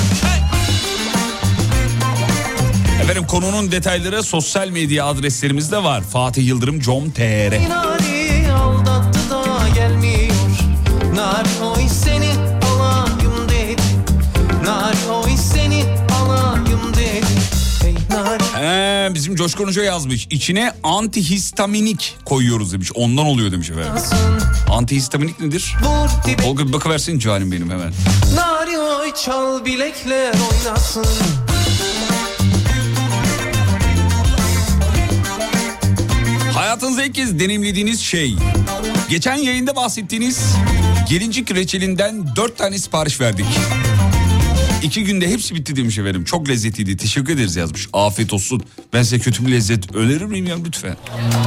Efendim konunun detayları sosyal medya adreslerimizde var. Fatih Yıldırım com nokta tr. Nare aldattı da gelmiyor. Nare oy seni alayım dedi. Nare oy seni alayım dedi. Hey nare. He, bizim Coşkun Hoca yazmış. İçine antihistaminik koyuyoruz demiş. Ondan oluyor demiş efendim. Antihistaminik nedir? Vur dibe. Olga bir bakıversin canim benim hemen. Nare oy çal bilekler oynasın. Hayatınızda ilk kez deneyimlediğiniz şey. Geçen yayında bahsettiğiniz gelincik reçelinden dört tane sipariş verdik. İki günde hepsi bitti demiş efendim. Çok lezzetliydi. Teşekkür ederiz yazmış. Afiyet olsun. Ben size kötü bir lezzet önerir miyim ya lütfen?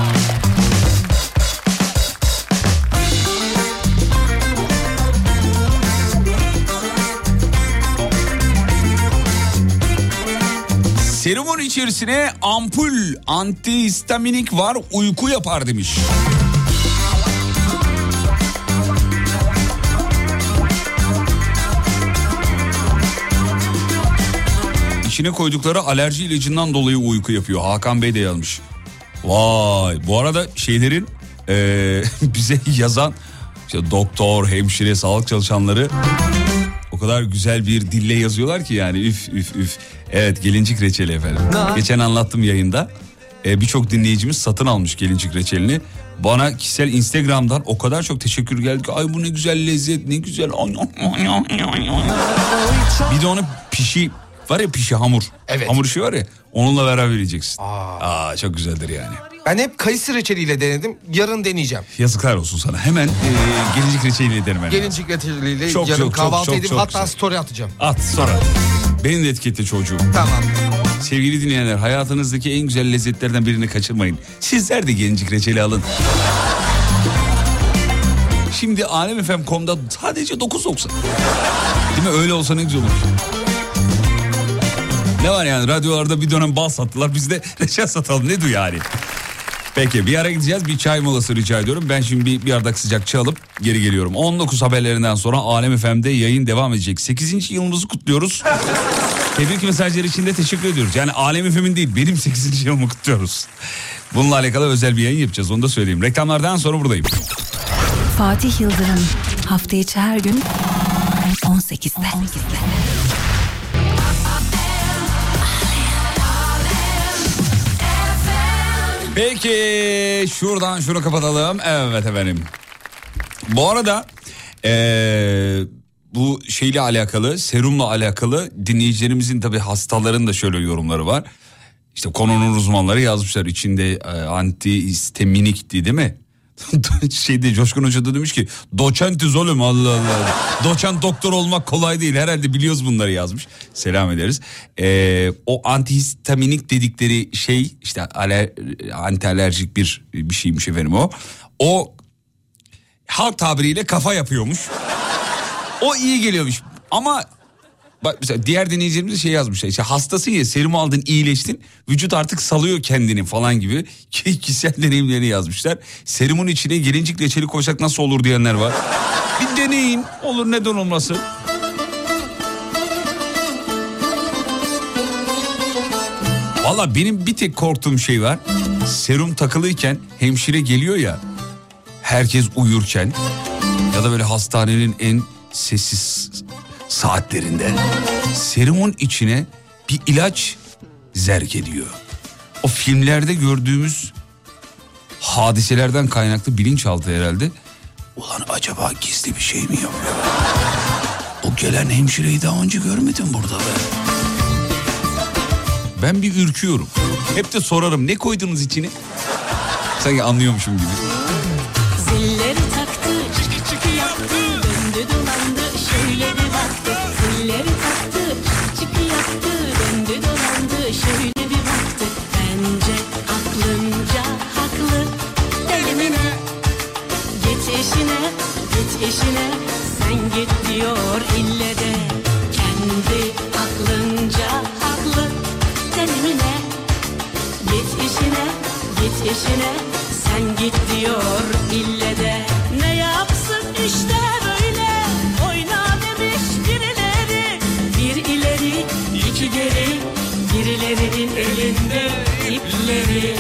Serumun içerisine ampul antihistaminik var uyku yapar demiş. İçine koydukları alerji ilacından dolayı uyku yapıyor. Hakan Bey de yazmış. Vay bu arada şeylerin ee, bize yazan işte doktor, hemşire, sağlık çalışanları o kadar güzel bir dille yazıyorlar ki yani üf üf üf. Evet gelincik reçeli efendim. Geçen anlattım yayında. Ee, Birçok dinleyicimiz satın almış gelincik reçelini. Bana kişisel Instagram'dan o kadar çok teşekkür geldi ki ay bu ne güzel lezzet ne güzel. Bir de onu pişi var ya pişi hamur. Evet. Hamur işi var ya onunla beraber yiyeceksin. Aa. Aa çok güzeldir yani. Ben hep kayısı reçeliyle denedim. Yarın deneyeceğim. Yazıklar olsun sana. Hemen e, gelincik reçeliyle derim ben. Gelincik reçeliyle Çok, yarın çok, çok, kahvaltı çok, edeyim. çok Hatta güzel. story atacağım. At sonra. Beni de etiketle çocuğum. Tamam. Sevgili dinleyenler hayatınızdaki en güzel lezzetlerden birini kaçırmayın. Sizler de gelincik reçeli alın. Şimdi alem f m nokta com'da sadece dokuz doksan. Değil mi? Öyle olsa ne güzel olur. Ne var yani radyolarda bir dönem bal sattılar biz de reçel satalım ne diyor yani. Peki bir ara gideceğiz bir çay molası rica ediyorum. Ben şimdi bir, bir bardak sıcak çay alıp geri geliyorum. on dokuz haberlerinden sonra Alem F M'de yayın devam edecek. sekizinci yılımızı kutluyoruz. Tebrik mesajları için de teşekkür ediyoruz. Yani Alem F M'in değil benim sekizinci yılımı kutluyoruz. Bununla alakalı özel bir yayın yapacağız onu da söyleyeyim. Reklamlardan sonra buradayım. Fatih Yıldırım hafta içi her gün on sekizde. Peki şuradan şunu kapatalım. Evet efendim. Bu arada ee, bu şeyle alakalı serumla alakalı dinleyicilerimizin tabii hastaların da şöyle yorumları var. İşte konunun uzmanları yazmışlar içinde e, antihistaminikti değil mi? Şeyde Coşkun Hoca da demiş ki doçentiz oğlum Allah Allah. Doçent doktor olmak kolay değil herhalde biliyoruz bunları yazmış. Selam ederiz. Ee, o antihistaminik dedikleri şey işte aler, antialerjik bir bir şeymiş efendim o. O halk tabiriyle kafa yapıyormuş. O iyi geliyormuş ama Bak mesela diğer dinleyicilerimiz de şey yazmışlar. İşte hastasın ya, serumu aldın, iyileştin. Vücut artık salıyor kendini falan gibi. Kişisel deneyimlerini yazmışlar. Serumun içine gelincik reçeli koysak nasıl olur diyenler var. Bir deneyin, olur, neden olmasın. Valla benim bir tek korktuğum şey var. Serum takılıyken hemşire geliyor ya, herkes uyurken ya da böyle hastanenin en sessiz saatlerinde serumun içine bir ilaç zerk ediyor. O filmlerde gördüğümüz hadiselerden kaynaklı bilinçaltı herhalde. Ulan acaba gizli bir şey mi yapıyor? O gelen hemşireyi daha önce görmedim burada be. Ben bir ürküyorum. Hep de sorarım, ne koydunuz içine? Sanki anlıyormuşum gibi. Zilleri taktı, çıkı çıkı yaptı, döndü dolandı, şöyle bir baktı. Zilleri taktı, çıkı çıkı yaptı, döndü dolandı, şöyle bir baktı. Bence aklınca haklı, delimine. Git işine, git işine, sen git diyor ille de. Kendi aklınca haklı, delimine. Git işine, git işine, sen git diyor ille de. Ne yapsın işte böyle, oyna demiş birileri. Bir ileri, iki geri, birilerinin elinde ipleri.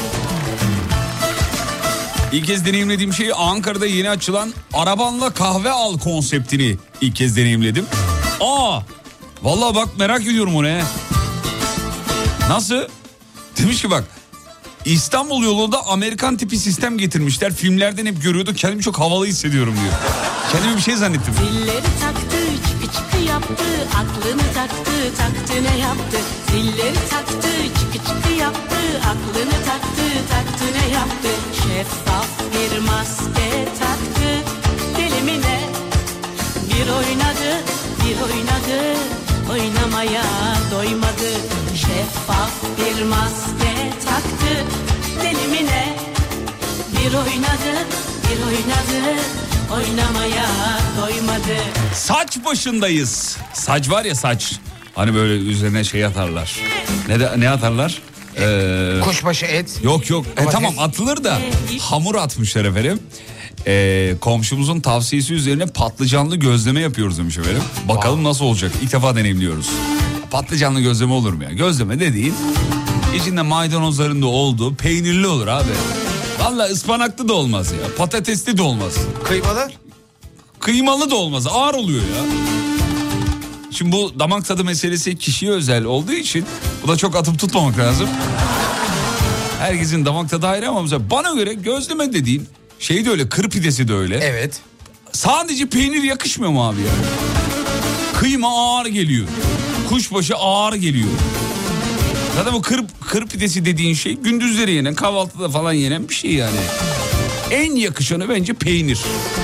İlk kez deneyimlediğim şey Ankara'da yeni açılan arabanla kahve al konseptini ilk kez deneyimledim. Aa, vallahi bak merak ediyorum onu he. Nasıl? Demiş ki bak, İstanbul yolunda Amerikan tipi sistem getirmişler. Filmlerden hep görüyorduk, kendimi çok havalı hissediyorum diyor. Kendimi bir şey zannettim. Zilleri taktı, çıkı çıkı yaptı, aklını taktı, taktı ne yaptı? Zilleri taktı, çıkı çıkı yaptı, aklını taktı, taktı ne yaptı? Şeffaf bir maske taktı, dilimine. Bir oynadı, bir oynadı, oynamaya doymadı. Şeffaf bir maske taktı, dilimine. Bir oynadı, bir oynadı, oynamaya doymadı. Saç başındayız. Saç var ya, saç. Hani böyle üzerine şey atarlar. Ne de, ne atarlar? Ee, Kuşbaşı et. yok yok. E, Domates. tamam atılır da hamur atmışlar efendim. Ee, komşumuzun tavsiyesi üzerine patlıcanlı gözleme yapıyoruz demiş efendim. Bakalım nasıl olacak. İlk defa deneyimliyoruz. Patlıcanlı gözleme olur mu ya? Gözleme dediğin içinde maydanozların da olduğu peynirli olur abi. Vallahi ıspanaklı da olmaz ya. Patatesli de olmaz. Kıymalı. Kıymalı da olmaz. Ağır oluyor ya. Şimdi bu damak tadı meselesi kişiye özel olduğu için bu da çok atıp tutmamak lazım. Herkesin damak tadı ayrı ama mesela bana göre gözleme dediğin şey de öyle, kır pidesi de öyle. Evet. Sadece peynir yakışmıyor mu abi ya? Kıyma ağır geliyor. Kuşbaşı ağır geliyor. Zaten bu kır, kır pidesi dediğin şey gündüzleri yenen, kahvaltıda falan yenen bir şey yani. En yakışanı bence peynir.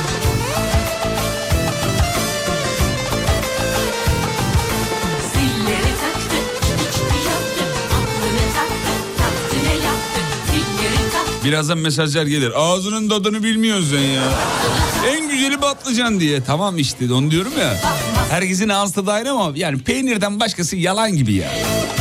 Zilleri taktı, çıkı çıkı yaptı, aklını taktı, taktı ne yaptı? Zilleri taktı. Birazdan mesajlar gelir. Ağzının tadını bilmiyorsun sen ya. En güzeli patlıcan diye. Tamam işte onu diyorum ya. Herkesin ağız tadı ayrı ama yani peynirden başkası yalan gibi ya.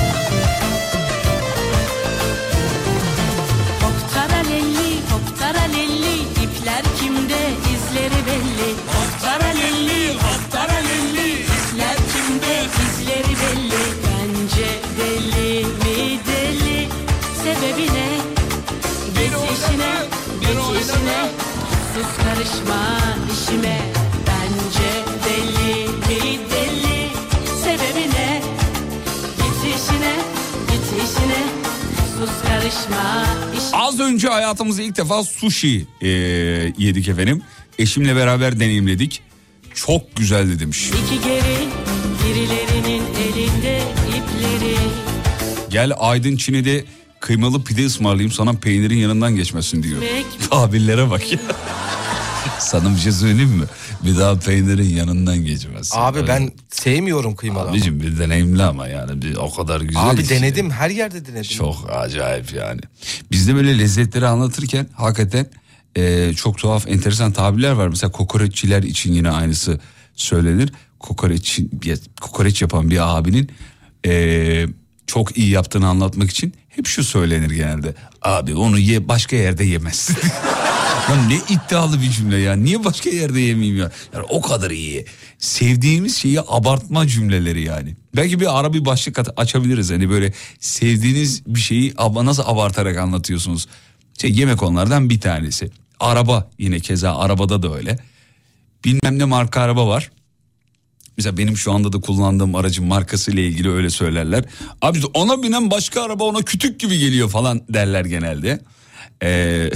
Hop taralelli, hop taralelli, ipler kimde, izleri belli. Hop taralelli, hop taralelli, ipler kimde, izleri belli. Bence deli mi deli, sebebi ne? Git işine, git işine, sus karışma işime. Bence deli mi deli, sebebi ne? Git işine, git işine, sus karışma işime. Az önce hayatımızda ilk defa sushi ee, yedik efendim. Eşimle beraber deneyimledik. Çok güzeldi demiş. İki geri, birilerinin elinde ipleri. Gel Aydın Çin'de kıymalı pide ısmarlayayım, sana peynirin yanından geçmesin diyor. Mek- Tabirlere bak ya. Sana bir şey söyleyeyim mi? Bir daha peynirin yanından geçmezsin. Abi Öyle. ben sevmiyorum kıymalı. Abicim bir deneyimli ama yani bir, o kadar güzel. Abi ki. denedim, her yerde denedim. Çok acayip yani. Bizde böyle lezzetleri anlatırken hakikaten e, çok tuhaf enteresan tabirler var. Mesela kokoreççiler için yine aynısı söylenir. kokoreç, kokoreç yapan bir abinin e, çok iyi yaptığını anlatmak için hep şu söylenir genelde. Abi onu ye, başka yerde yemezsin. Ya ne iddialı bir cümle ya. Niye başka yerde yemeyeyim ya? Yani o kadar iyi. Sevdiğimiz şeyi abartma cümleleri yani. Belki bir ara bir başlık açabiliriz. Hani böyle sevdiğiniz bir şeyi nasıl abartarak anlatıyorsunuz. Şey, yemek onlardan bir tanesi. Araba yine keza, arabada da öyle. Bilmem ne marka araba var. Mesela benim şu anda da kullandığım aracın markasıyla ilgili öyle söylerler. Abi ona binen başka araba ona kütük gibi geliyor falan derler genelde. Eee...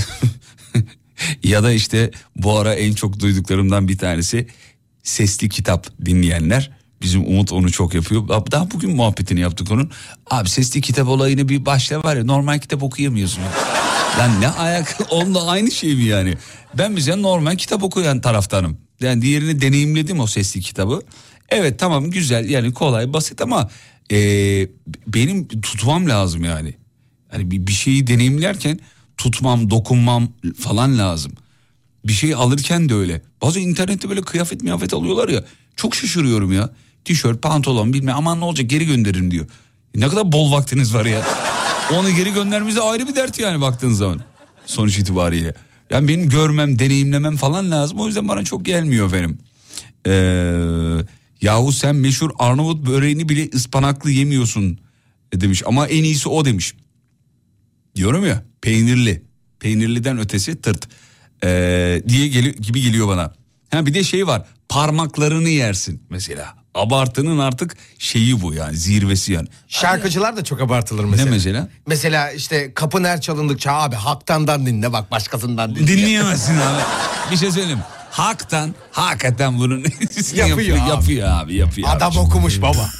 Ya da işte bu ara en çok duyduklarımdan bir tanesi sesli kitap dinleyenler. Bizim Umut onu çok yapıyor. Daha bugün muhabbetini yaptık onun. Abi sesli kitap olayını bir başla var ya, normal kitap okuyamıyorsun. Lan ne ayak, onunla aynı şey mi yani? Ben bize normal kitap okuyan taraftanım. Yani diğerini deneyimledim o sesli kitabı. Evet tamam güzel yani kolay basit ama e, benim tutmam lazım yani. Yani bir, bir şeyi deneyimlerken tutmam, dokunmam falan lazım. Bir şey alırken de öyle. Bazı internette böyle kıyafet miyafet alıyorlar ya. Çok şaşırıyorum ya. Tişört, pantolon bilmem aman ne olacak geri gönderirim diyor. Ne kadar bol vaktiniz var ya. Onu geri göndermemize ayrı bir dert yani baktığın zaman. Sonuç itibariyle. Yani benim görmem, deneyimlemem falan lazım. O yüzden bana çok gelmiyor benim. Ee, yahu sen meşhur Arnavut böreğini bile ıspanaklı yemiyorsun demiş. Ama en iyisi o demiş. Diyorum ya peynirli. Peynirliden ötesi tırt. Ee, diye geliyor, gibi geliyor bana. Ha bir de şey var. Parmaklarını yersin mesela. Abartının artık şeyi bu yani, zirvesi yani. Şarkıcılar da çok abartılır mesela. Ne mesela? Mesela işte kapın her çalındıkça abi haktandan dinle bak başkasından dinle. Dinleyemezsin abi. Bir şey söyleyeyim. Haktan, hakikaten bunun yapıyor, yapıyor, abi. yapıyor abi. Yapıyor Adam abi. okumuş baba.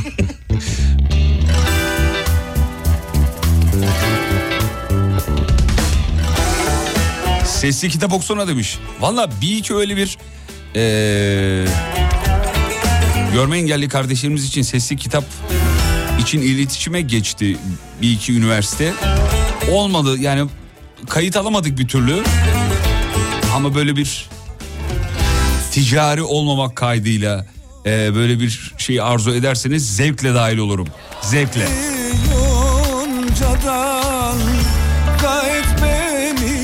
Sesli kitap okusana demiş. Valla bir iki öyle bir ee, görme engelli kardeşlerimiz için sesli kitap için iletişime geçti bir iki üniversite. Olmadı yani, kayıt alamadık bir türlü. Ama böyle bir ticari olmamak kaydıyla e, böyle bir şey arzu ederseniz zevkle dahil olurum. Zevkle. Yoncadan gayet beni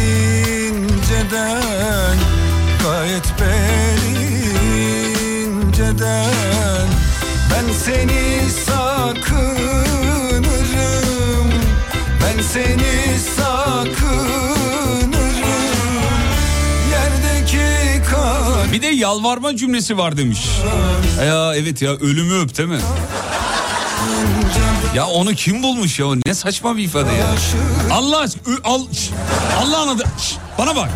inceden, gayet beni inceden, ben seni sakınırım, ben seni sakınırım, yerdeki kalp. Bir de yalvarma cümlesi var demiş. Ya evet ya, ölümü öp değil mi? Ya onu kim bulmuş ya? Ne saçma bir ifade ya. Allah aşkına al, Allah'ın adı. Şş, bana bak.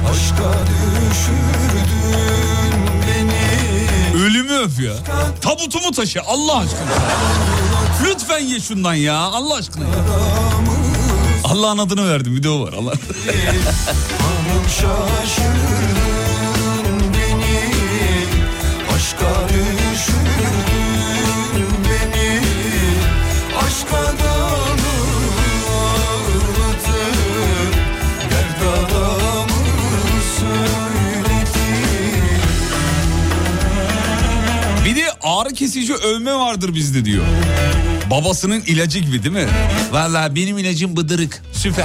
Ölümü öp ya. Tabutumu taşı Allah aşkına. Lütfen ye şundan ya Allah aşkına ya. Allah'ın adını verdim, video var Allah. Aşka düşürdün beni, aşka damı ağlatır, gerdanımı söyledi. Bir de ağrı kesici övme vardır bizde diyor. Babasının ilacı gibi değil mi? Vallahi benim ilacım bıdırık. Süper.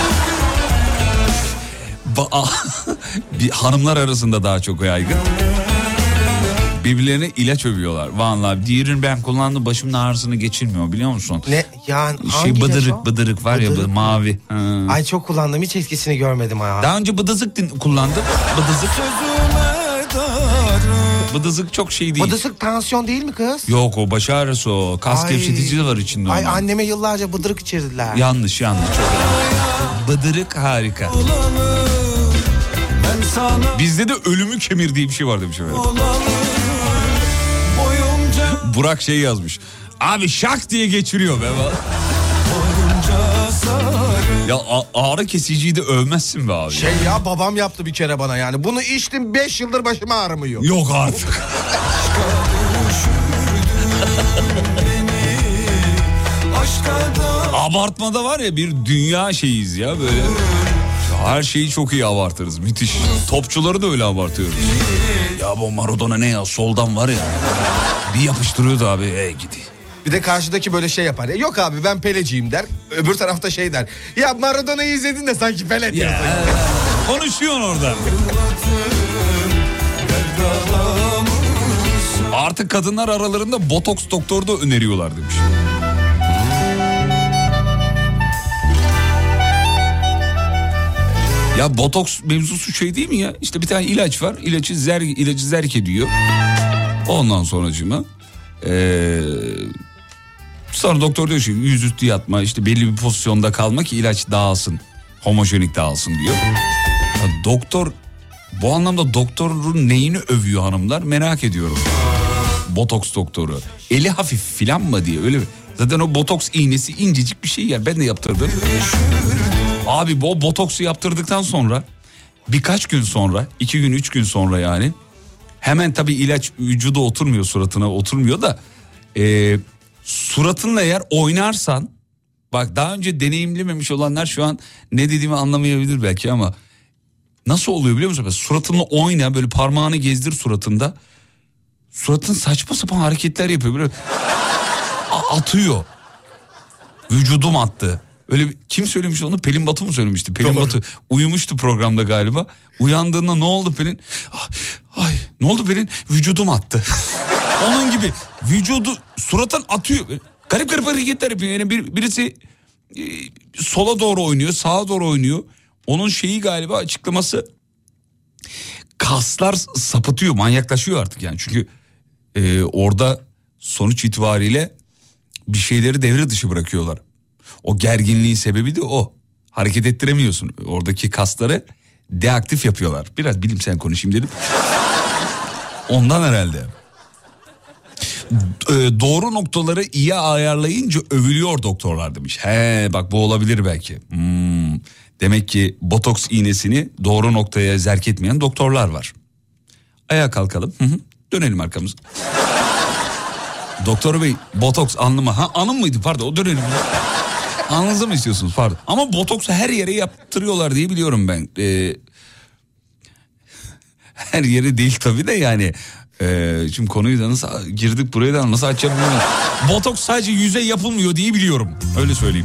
Ba- bir hanımlar arasında daha çok yaygın. Birbirlerine ilaç övüyorlar. Vallahi diğerini ben kullandım, başımın ağrısını geçirmiyor biliyor musun? Ne yani şey bıdırık bıdırık var bıdırık ya mı? Mavi. Ha. Ay çok kullandım, hiç etkisini görmedim ha. Daha önce bıdızık din- kullandım. Bıdızık. Bıdızık çok şey değil. Bıdızık tansiyon değil mi kız? Yok o baş ağrısı o. Kas Ay. gevşetici de var içinde. Ay onun. anneme yıllarca bıdırık içirdiler. Yanlış yanlış çok yanlış. Bıdırık harika. Bizde de ölümü kemir diye bir şey var demiş efendim. Burak şey yazmış. Abi şak diye geçiriyor be. Ya a- ağrı kesiciyi de övmezsin be abi. Şey ya babam yaptı bir kere bana yani. Bunu içtim beş yıldır başıma ağrımıyor. Yok artık. Abartmada var ya bir dünya şeyiz ya böyle. Her şeyi çok iyi abartırız. Müthiş. Topçuları da öyle abartıyoruz. Ya bu Maradona ne ya, soldan var ya. Bir yapıştırıyordu abi. Ey gidi. Bir de karşıdaki böyle şey yapar. Yok abi ben Peleciyim der. Öbür tarafta şey der. Ya Maradona'yı izledin de sanki Pele diyor. Ya, konuşuyorsun orada. Artık kadınlar aralarında botoks doktoru da öneriyorlar demiş. Ya botoks mevzusu şey değil mi ya? İşte bir tane ilaç var. İlacı zer, ilacı zerk ediyor. Ondan sonracığıma ee, sonra doktor diyor ki yüzüstü yatma, işte belli bir pozisyonda kalma ki ilaç dağılsın. Homojenik dağılsın diyor. Ya doktor bu anlamda doktorun neyini övüyor hanımlar merak ediyorum. Botoks doktoru. Eli hafif filan mı diye öyle mi? Zaten o botoks iğnesi incecik bir şey ya. Ben de yaptırdım. Abi bu botoksu yaptırdıktan sonra birkaç gün sonra, iki gün üç gün sonra yani hemen tabii ilaç vücuda oturmuyor, suratına oturmuyor da e, suratınla eğer oynarsan, bak daha önce deneyimlememiş olanlar şu an ne dediğimi anlamayabilir belki ama nasıl oluyor biliyor musun? Suratınla oyna, böyle parmağını gezdir suratında. Suratın saçma sapan hareketler yapıyor. Böyle atıyor. Vücudum attı. Öyle bir, kim söylemiş onu? Pelin Batu mu söylemişti? Pelin Doğru. Batu uyumuştu programda galiba. Uyandığında ne oldu Pelin? Ay, ne oldu Pelin? Vücudum attı. Onun gibi vücudu suratın atıyor. Garip garip hareketler yapıyor. Yani bir, birisi e, sola doğru oynuyor, sağa doğru oynuyor. Onun şeyi galiba açıklaması, kaslar sapıtıyor, manyaklaşıyor artık yani. Çünkü e, orada sonuç itibariyle bir şeyleri devre dışı bırakıyorlar. O gerginliğin sebebi de o. Hareket ettiremiyorsun. Oradaki kasları deaktif yapıyorlar. Biraz bilimsel konuşayım dedim. Ondan herhalde. E, doğru noktaları iyi ayarlayınca övülüyor doktorlar demiş. He bak bu olabilir belki. Hmm. Demek ki botoks iğnesini doğru noktaya zerk etmeyen doktorlar var. Ayağa kalkalım. Hı hı. Dönelim arkamıza. Doktor bey botoks alnıma. Ha anım mıydı pardon o dönelim. Anınıza mı istiyorsunuz pardon. Ama botoksu her yere yaptırıyorlar diye biliyorum ben. Ee, her yere değil tabii de yani. Ee, şimdi konuyu da nasıl girdik buraya da nasıl açacağım bilmiyorum. Botoks sadece yüze yapılmıyor diye biliyorum. Öyle söyleyeyim.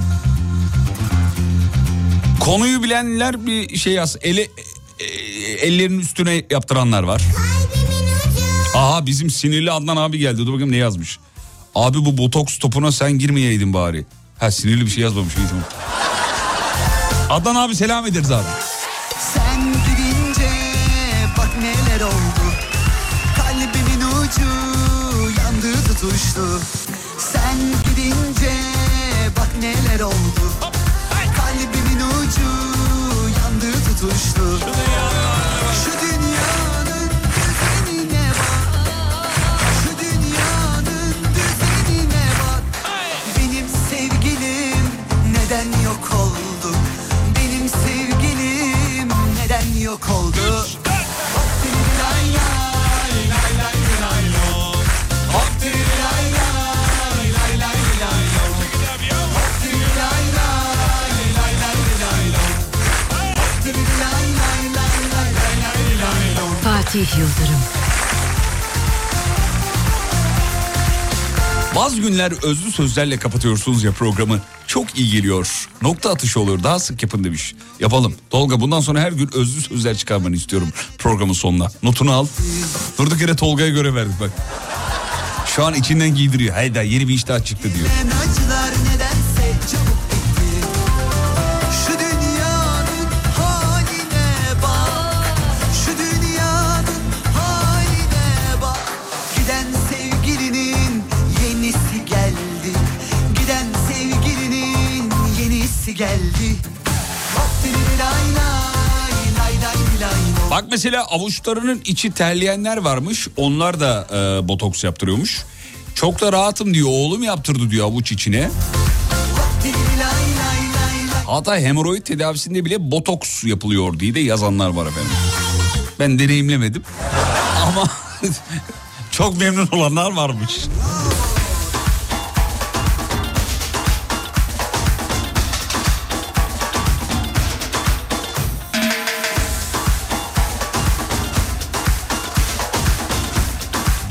Konuyu bilenler bir şey yaz. Ele, e, ellerinin üstüne yaptıranlar var. Aha bizim sinirli Adnan abi geldi. Dur bakayım ne yazmış. Abi bu botoks topuna sen girmeyeydin bari. Ha sinirli bir şey yazmamış. İyi, tamam. Adnan abi selam ederiz abi. Sen gidince bak neler oldu. Kalbimin ucu yandı tutuştu. Sen gidince bak neler oldu. Kalbimin ucu yandı tutuştu. Şu dünyanın düzenine bak. Şu dünyanın düzenine bak. Benim sevgilim neden yok oldu? Benim sevgilim neden yok oldu? Fatih Yıldırım. Bazı günler özlü sözlerle kapatıyorsunuz ya programı. Çok iyi geliyor. Nokta atışı oluyor. Daha sık yapın demiş. Yapalım. Tolga bundan sonra her gün özlü sözler çıkarmanı istiyorum programın sonuna. Notunu al. Durduk yere Tolga'ya göre verdik bak. Şu an içinden giydiriyor. Hayda yeni bir iş daha çıktı diyor. Acılar nedense çabuk bitti. Şu dünyanın haline bak. Şu dünyanın haline bak. Giden sevgilinin yenisi geldi. Giden sevgilinin yenisi geldi. Lay lay lay lay lay. Bak mesela avuçlarının içi terleyenler varmış. Onlar da e, botoks yaptırıyormuş. Çok da rahatım diyor. Oğlum yaptırdı diyor avuç içine. Hatta hemoroid tedavisinde bile botoks yapılıyor diye de yazanlar var efendim. Ben deneyimlemedim. Ama çok memnun olanlar varmış.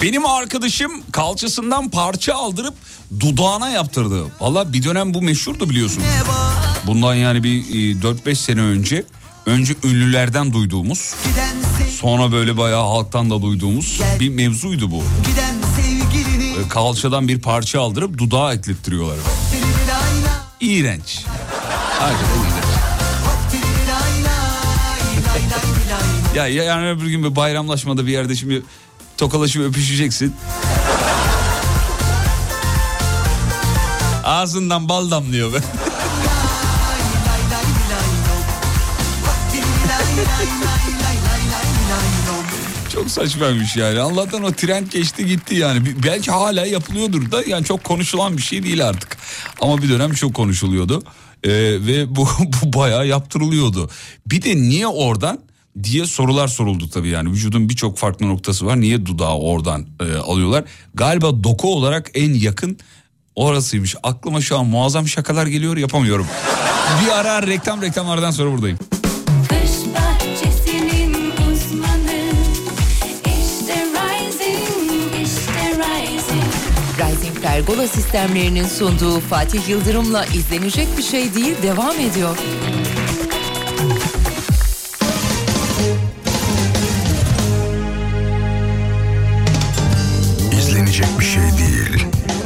Benim arkadaşım kalçasından parça aldırıp dudağına yaptırdı. Valla bir dönem bu meşhurdu biliyorsun. Bundan yani bir dört beş sene önce. Önce ünlülerden duyduğumuz, sonra böyle bayağı halktan da duyduğumuz bir mevzuydu bu. Böyle kalçadan bir parça aldırıp dudağa eklettiriyorlar. İğrenç. Hakikaten iğrenç. Ya yarın öbür gün bir bayramlaşmada bir yerde şimdi tokalaşıp öpüşeceksin. Ağzından bal damlıyor be. Çok saçmaymış yani. Allah'tan o trend geçti gitti yani. Belki hala yapılıyordur da yani çok konuşulan bir şey değil artık. Ama bir dönem çok konuşuluyordu. Ee, ve bu, bu bayağı yaptırılıyordu. Bir de niye oradan diye sorular soruldu tabii yani. Vücudun birçok farklı noktası var. Niye dudağı oradan e, alıyorlar? Galiba doku olarak en yakın orasıymış. Aklıma şu an muazzam şakalar geliyor, yapamıyorum. Bir ara reklam reklamlardan sonra buradayım. Kış bahçesinin uzmanı, işte Rising, işte Rising. Rising Pergola sistemlerinin sunduğu Fatih Yıldırım'la izlenecek bir şey değil devam ediyor. İzlenecek bir şey değil.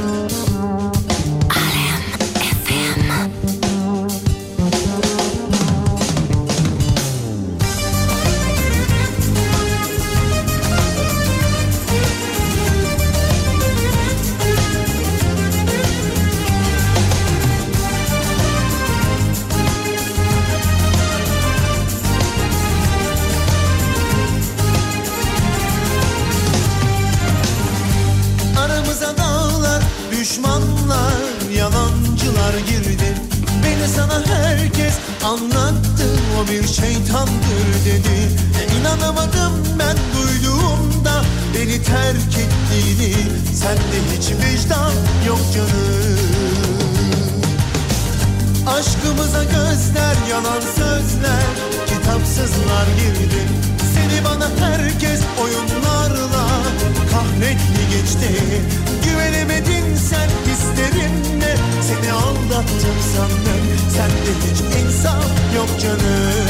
Aramıza dağlar, düşmanlar, yalancılar girdi. Beni sana herkes anlattı, o bir şeytandır dedi. E inanamadım ben duyduğumda beni terk ettiğini. Sende hiç vicdan yok canım. Aşkımıza gözler, yalan sözler, kitapsızlar girdi. Seni bana herkes oyunlarla kahretti geçti. Güvenemedin sen hislerimle, seni aldattım sandım. Sende hiç insaf yok canım.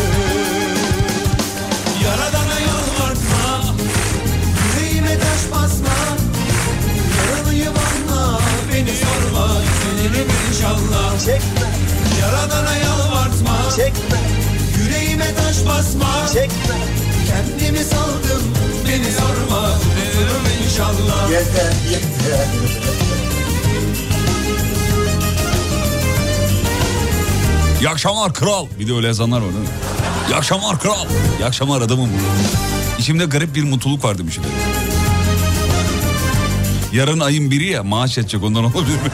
Yaradana yalvartma, yüreğime taş basma. Yaralıyım anla, beni sorma, üzülürüm inşallah. Çekme. Yaradana yalvartma, çekme. Yüreğime taş basma, çekme. Kendimi saldım, beni sorma, üzülürüm inşallah. Yeter, yeter. İyi akşamlar kral. Bir de öyle yazanlar var değil mi? İyi akşamlar kral. İyi akşamlar adamım. İçimde garip bir mutluluk var demiş efendim. Yarın ayın biri ya, maaş yatacak, ondan olabilir mi?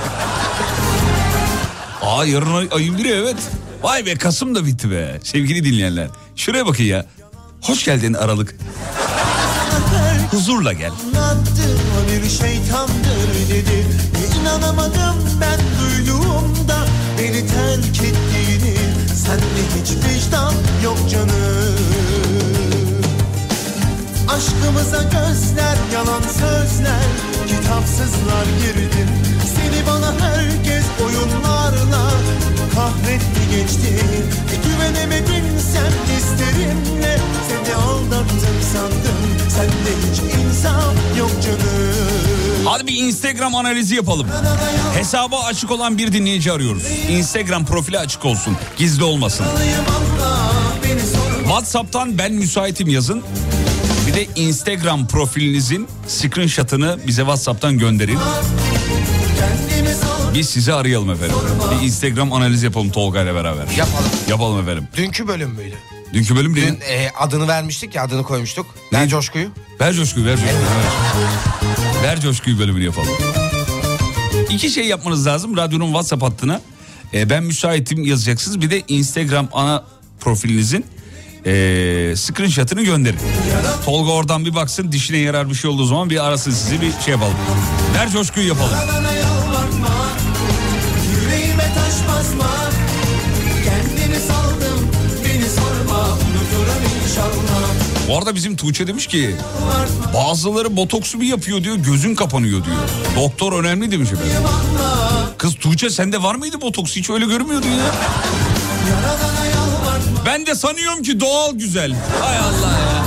Aa yarın ay, ayın biri evet. Vay be, Kasım da bitti be. Sevgili dinleyenler. Şuraya bakın ya. Hoş geldin Aralık. Huzurla gel. Anlattı, o bir şeytandır dedi. İnanamadım ben duyduğumda beni terk ettiğini. Sende hiç vicdan yok canım. Aşkımıza gözler, yalan sözler, kitapsızlar girdi. Seni bana herkes oyunlarla kahretti geçti. E, güvenemedin sen hislerimle, seni aldattım sandım. Sende hiç insaf yok canım. Hadi bir Instagram analizi yapalım. Hesabı açık olan bir dinleyici arıyoruz. Instagram profili açık olsun, gizli olmasın. WhatsApp'tan ben müsaitim yazın. Bir de Instagram profilinizin screenshot'ını bize WhatsApp'tan gönderin. Biz sizi arayalım efendim. Bir Instagram analizi yapalım Tolga ile beraber. Yapalım. Yapalım efendim. Dünkü bölüm müydü? Dünkü bölüm değil. Dün e, adını vermiştik ya, adını koymuştuk. Ver coşkuyu. Ver coşkuyu, ver coşkuyu. Ver. ver coşkuyu bölümünü yapalım. İki şey yapmanız lazım. Radyonun WhatsApp hattına e, ben müsaitim yazacaksınız. Bir de Instagram ana profilinizin e, screenshot'ını gönderin. Tolga oradan bir baksın, dişine yarar bir şey olduğu zaman bir arasın sizi, bir şey yapalım. Ver coşkuyu yapalım. Yüreğime taş basma, kendimi saldım, beni sorma, unuturum inşallah. Bu arada bizim Tuğçe demiş ki bazıları botoksu bir yapıyor diyor, gözün kapanıyor diyor. Doktor önemli demiş efendim. Kız Tuğçe sende var mıydı botoks? Hiç öyle görmüyordun ya. Ben de sanıyorum ki doğal güzel. Hay Allah ya.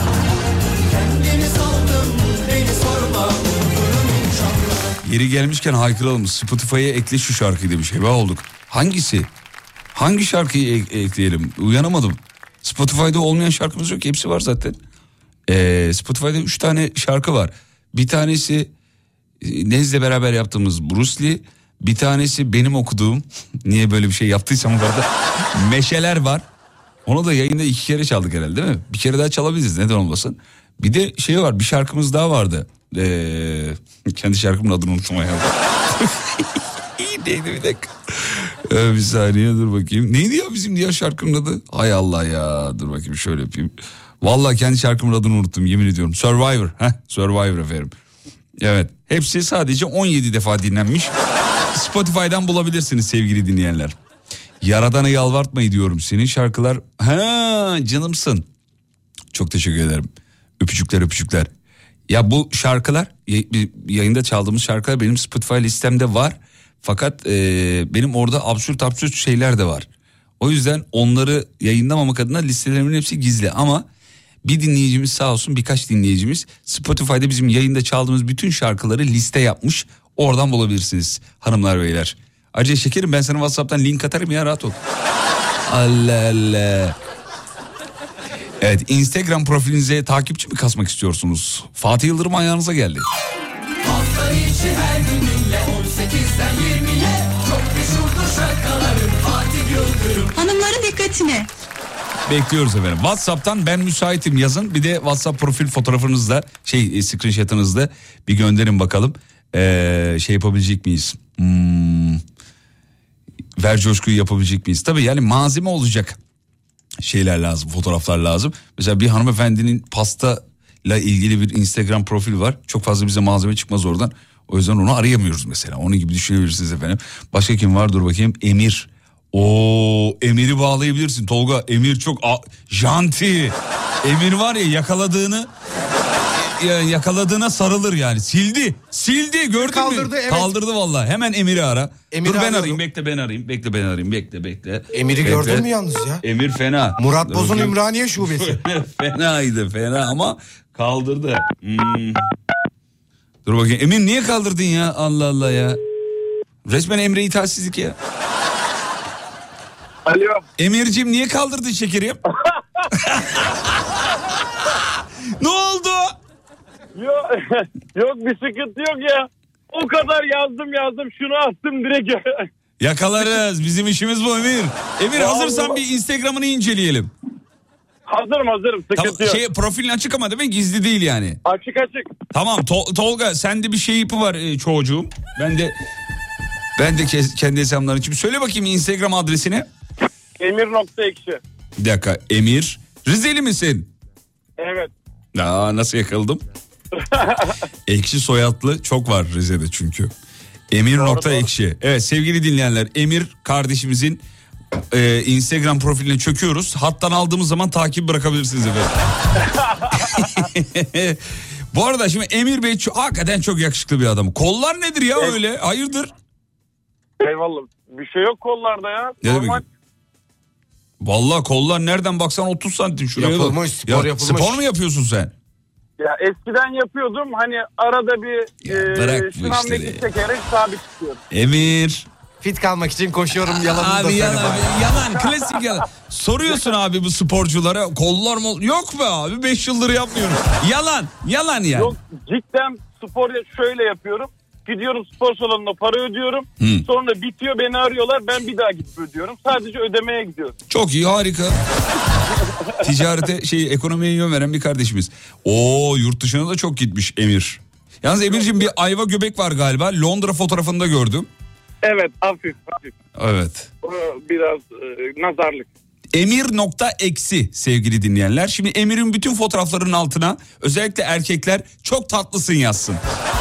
Yeri gelmişken haykıralım. Spotify'a ekle şu şarkıyı demiş. Heba olduk. Hangisi? Hangi şarkıyı ek- ekleyelim? Uyanamadım. Spotify'da olmayan şarkımız yok. Hepsi var zaten. Ee, Spotify'da üç tane şarkı var. Bir tanesi e, Nez'le beraber yaptığımız Bruce Lee. Bir tanesi benim okuduğum. Niye böyle bir şey yaptıysam orada. Meşeler var. Onu da yayında iki kere çaldık herhalde değil mi? Bir kere daha çalabiliriz, neden olmasın. Bir de şey var, bir şarkımız daha vardı. Ee, kendi şarkımın adını unuttum ya. Neydi bir dakika. Ee, bir saniye dur bakayım. Neydi ya bizim diğer şarkının adı? Hay Allah ya, dur bakayım şöyle yapayım. Vallahi kendi şarkımın adını unuttum, yemin ediyorum. Survivor. Heh, Survivor efendim. Evet, hepsi sadece on yedi defa dinlenmiş. Spotify'dan bulabilirsiniz sevgili dinleyenler. Yaradana yalvartmayı diyorum, senin şarkılar. Ha canımsın. Çok teşekkür ederim. Öpücükler öpücükler. Ya bu şarkılar, yayında çaldığımız şarkılar benim Spotify listemde var. Fakat e, benim orada absürt absürt şeyler de var. O yüzden onları yayınlamamak adına listelerimin hepsi gizli. Ama bir dinleyicimiz sağ olsun, birkaç dinleyicimiz Spotify'da bizim yayında çaldığımız bütün şarkıları liste yapmış. Oradan bulabilirsiniz hanımlar beyler. Ayrıca şekerim ben sana WhatsApp'tan link atarım ya, rahat ol. Allah Allah. Evet, Instagram profilinize takipçi mi kasmak istiyorsunuz? Fatih Yıldırım ayağınıza geldi. Hafta içi her gününle on sekizden yirmiye çok meşhurdur şarkılarım Fatih Yıldırım. Hanımların dikkatine. Bekliyoruz efendim. WhatsApp'tan ben müsaitim yazın. Bir de WhatsApp profil fotoğrafınızla şey screenshot'ınızla bir gönderin bakalım. Ee, şey yapabilecek miyiz? Hmm, ver coşkuyu yapabilecek miyiz? Tabii yani malzeme olacak şeyler lazım, fotoğraflar lazım. Mesela bir hanımefendinin pasta ile ilgili bir Instagram profil var. Çok fazla bize malzeme çıkmaz oradan. O yüzden onu arayamıyoruz mesela. Onun gibi düşünebilirsiniz efendim. Başka kim var? Dur bakayım. Emir. Oo, Emir'i bağlayabilirsin Tolga. Emir çok a- janti. Emir var ya, yakaladığını yakaladığına sarılır yani. Sildi. Sildi, gördün Kaldırdı, mü? evet. Kaldırdı vallahi. Hemen Emir'i ara. Emir'i Dur ben arıyorum. arayayım. Bekle ben arayayım. Bekle ben arayayım. Bekle bekle. Emir'i Bekle. gördün mü yalnız ya? Emir fena. Murat Dur Boz'un bakayım. Ümraniye şubesi. Fenaydı fena ama kaldırdı. Hmm. Dur bakayım. Emir niye kaldırdın ya? Allah Allah ya. Resmen Emre itaatsizlik ya. Alo. Emir'cim niye kaldırdın şekerim? Ne oldu? Yok, yok bir sıkıntı yok ya. O kadar yazdım yazdım şunu attım direkt. Yakalarız. Bizim işimiz bu Emir. Emir hazırsan bir Instagram'ını inceleyelim. Hazırım hazırım sıkıntı Tamam, yok. şey, profilin açık ama değil mi? Gizli değil yani. Açık açık. Tamam Tol- Tolga sende bir şey ipi var e, çocuğum. Ben de ben de ke- kendi hesaplarını için. Söyle bakayım Instagram adresini. Emir nokta ekşi. Bir dakika, Emir. Rizeli misin? Evet. Aa, nasıl yakaladım? Ekşi soyadlı çok var Rize'de çünkü. Emir Doğru, nokta doğru. ekşi. Evet sevgili dinleyenler, Emir kardeşimizin e, Instagram profiline çöküyoruz. Hattan aldığımız zaman takip bırakabilirsiniz efendim. Bu arada şimdi Emir Bey çok, hakikaten çok yakışıklı bir adam. Kollar nedir ya Evet. öyle? Hayırdır? Eyvallah. Bir şey yok kollarda ya. Ne Normal. demek? Vallahi kollar nereden baksan otuz santim şuraya. bak. Yapılmış, spor yapılmış. Spor mu yapıyorsun sen? Ya eskiden yapıyordum. Hani arada bir Ya e, bırak bu şınav işleri. mekik çekerek sabit tutuyorum. Emir. Fit kalmak için koşuyorum, yalanını da Abi söyle yalan, bari. yalan, klasik yalan. Soruyorsun abi bu sporculara, kollar mı? Yok be abi, beş yıldır yapmıyorum. Yalan, yalan yani. Yok cidden spor şöyle yapıyorum. Gidiyorum spor salonuna para ödüyorum. Hı. Sonra bitiyor beni arıyorlar. Ben bir daha gidip ödüyorum. Sadece ödemeye gidiyorum. Çok iyi, harika. Ticarete, şey, ekonomiye yön veren bir kardeşimiz. Oo, yurt dışına da çok gitmiş Emir. Yalnız Emir'ciğim bir ayva göbek var galiba. Londra fotoğrafında gördüm. Evet hafif hafif. Evet. O biraz e, nazarlık. Emir nokta eksi sevgili dinleyenler. Şimdi Emir'in bütün fotoğraflarının altına özellikle erkekler çok tatlısın yazsın.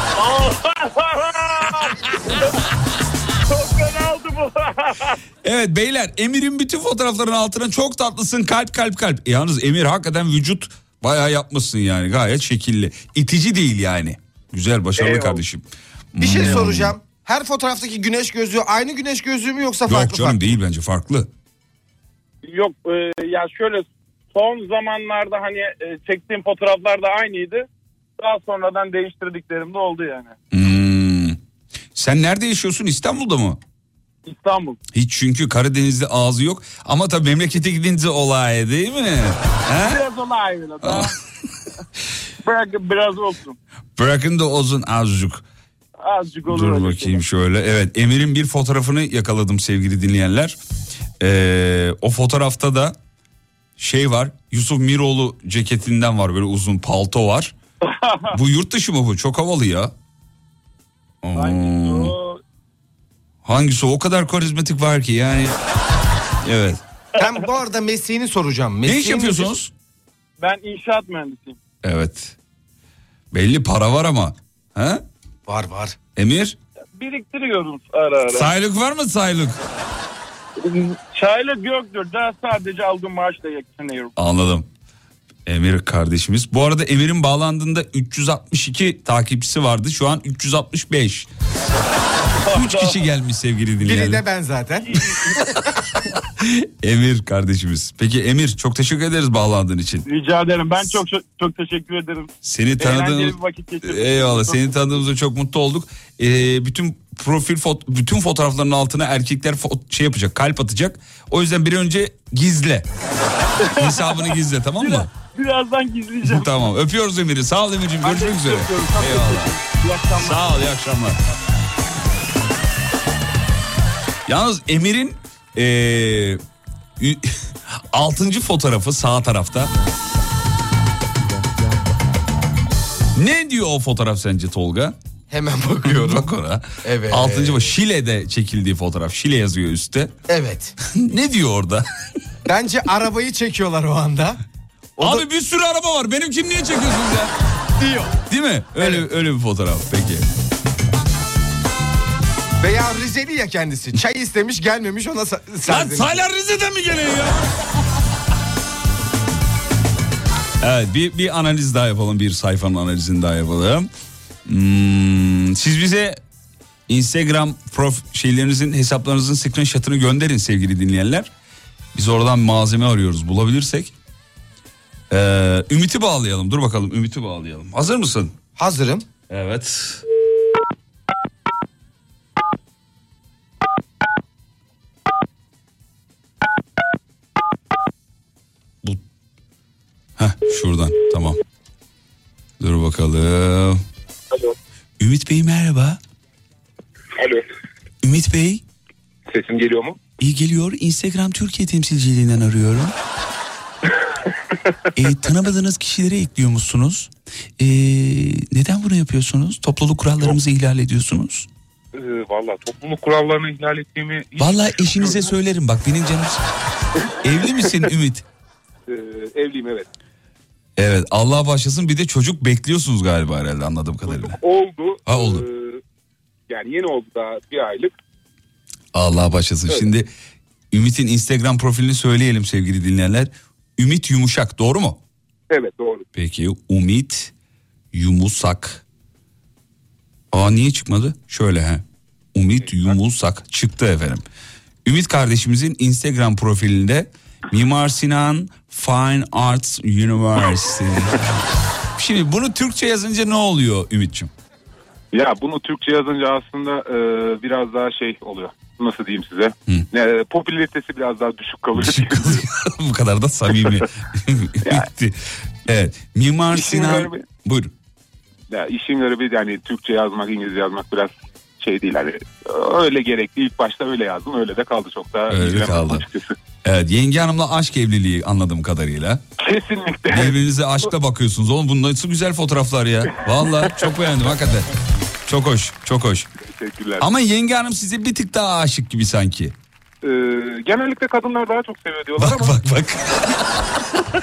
Çok fena oldu bu. Evet beyler, Emir'in bütün fotoğraflarının altına çok tatlısın, kalp kalp kalp. E, yalnız Emir hakikaten vücut Bayağı yapmışsın yani, gayet şekilli. İtici değil yani. Güzel, başarılı Eyvallah. kardeşim. Bir şey Hmm. soracağım. Her fotoğraftaki güneş gözlüğü aynı güneş gözlüğü mü yoksa farklı Yok canım, farklı? değil bence, farklı. Yok e, ya şöyle son zamanlarda hani e, çektiğim fotoğraflar da aynıydı. Daha sonradan değiştirdiklerim de oldu yani. Hmm. Sen nerede yaşıyorsun, İstanbul'da mı? İstanbul. Hiç, çünkü Karadeniz'de ağzı yok. Ama tabii memlekete gidince olay değil mi? He? Biraz olay öyle. Daha... Bırakın biraz olsun. Bırakın da olsun azıcık. Azıcık olur. Dur öyle bakayım şeyler. şöyle. Evet, Emir'in bir fotoğrafını yakaladım sevgili dinleyenler. Ee, o fotoğrafta da şey var. Yusuf Miroğlu ceketinden var, böyle uzun palto var. Bu yurt dışı mı bu? Çok havalı ya. Oo. Hangisi o? Hangisi o? O kadar karizmatik var ki yani. Evet. Ben bu arada mesleğini soracağım. Ne iş Mesleğini- yapıyorsunuz? Ben inşaat mühendisiyim. Evet. Belli para var ama. Ha? Var var. Emir? Biriktiriyorum ara ara. Saylık var mı, saylık? Çaylık yoktur. Daha sadece aldığım maaşla yakınıyorum. Anladım. Emir kardeşimiz. Bu arada Emir'in bağlandığında üç yüz altmış iki takipçisi vardı. Şu an üç yüz altmış beş. üç kişi gelmiş sevgili Biri dinleyenler. de ben zaten. Emir kardeşimiz. Peki Emir, çok teşekkür ederiz bağlandığın için. Rica ederim. Ben çok çok, çok teşekkür ederim. Seni tanıdığımız... Eğlenceli bir vakit geçirdim. Eyvallah, Çok- seni tanıdığımızda çok mutlu olduk. Ee, bütün profil fot bütün fotoğrafların altına erkekler fo- şey yapacak, kalp atacak. O yüzden bir önce gizle. Hesabını gizle, tamam mı? Birazdan gizleyeceğim. Tamam, öpüyoruz Emir'i. Sağ ol Emir'ciğim, görüşmek üzere. Öpüyorum. Çok Eyvallah. teşekkür ederim. İyi akşamlar. Sağ ol, iyi akşamlar. Yalnız Emir'in ee, altıncı fotoğrafı sağ tarafta. Ne diyor o fotoğraf sence Tolga? Hemen bakıyorum. Bak ona. Evet. Altıncı bu Şile'de çekildiği fotoğraf. Şile yazıyor üstte. Evet. Ne diyor orada? Bence arabayı çekiyorlar o anda. O Abi da bir sürü araba var. Benim kim niye çekiyorsunuz ya? diyor. Değil mi? Öyle Evet. öyle bir fotoğraf. Peki. Veya Rizeli ya kendisi. Çay istemiş gelmemiş ona sa- Lan serdemiş. Saylar Rize'den mi geliyor ya? Evet, bir, bir analiz daha yapalım. Bir sayfanın analizini daha yapalım. Hmm, siz bize Instagram prof şeylerinizin, hesaplarınızın screenshot'ını gönderin sevgili dinleyenler. Biz oradan malzeme arıyoruz, bulabilirsek. Ee, Ümit'i bağlayalım. Dur bakalım, Ümit'i bağlayalım. Hazır mısın? Hazırım. Evet. Bu. Heh, şuradan, tamam. Dur bakalım. Alo. Ümit Bey merhaba. Alo. Ümit Bey. Sesim geliyor mu? İyi geliyor. Instagram Türkiye temsilciliğinden arıyorum. e, tanımadığınız kişileri ekliyor musunuz? E, neden bunu yapıyorsunuz? Topluluk kurallarımızı ihlal ediyorsunuz. Ee, Valla topluluk kurallarını ihlal ettiğimi... hiç Vallahi eşinize düşünmüyorum. söylerim, bak benim canım. Evli misin Ümit? Ee, evliyim evet. Evet, Allah bağışlasın, bir de çocuk bekliyorsunuz galiba herhalde, anladığım kadarıyla. Oldu. Ha, oldu. Ee, yani yeni oldu daha bir aylık. Allah bağışlasın. Evet. Şimdi Ümit'in Instagram profilini söyleyelim sevgili dinleyenler. Ümit Yumuşak, doğru mu? Evet doğru. Peki, Ümit Yumuşak. Aa, niye çıkmadı? Şöyle he. Ümit Yumuşak çıktı efendim. Ümit kardeşimizin Instagram profilinde Mimar Sinan Fine Arts University. Şimdi bunu Türkçe yazınca ne oluyor Ümit'ciğim? Ya bunu Türkçe yazınca aslında e, biraz daha şey oluyor. Nasıl diyeyim size? E, popülaritesi biraz daha düşük kalıyor. Düşük kalıyor. Bu kadar da samimi. Bitti. Evet. Mimar İşin Sinan. garibi- Buyurun. Ya işin garibi yani Türkçe yazmak, İngilizce yazmak biraz şey değil. Hani öyle gerekli. İlk başta öyle yazdım. Öyle de kaldı, çok daha Öyle ilgilenmedim kaldı. açıkçası. Evet, yenge hanımla aşk evliliği anladığım kadarıyla. Kesinlikle. Birbirinize aşkla bakıyorsunuz. Oğlum bunlar nasıl güzel fotoğraflar ya. Vallahi çok beğendim hakikaten. Çok hoş, çok hoş. Teşekkürler. Ama yenge hanım size bir tık daha aşık gibi sanki. Ee, genellikle kadınlar daha çok seviyor diyorlar Bak ama bak bak.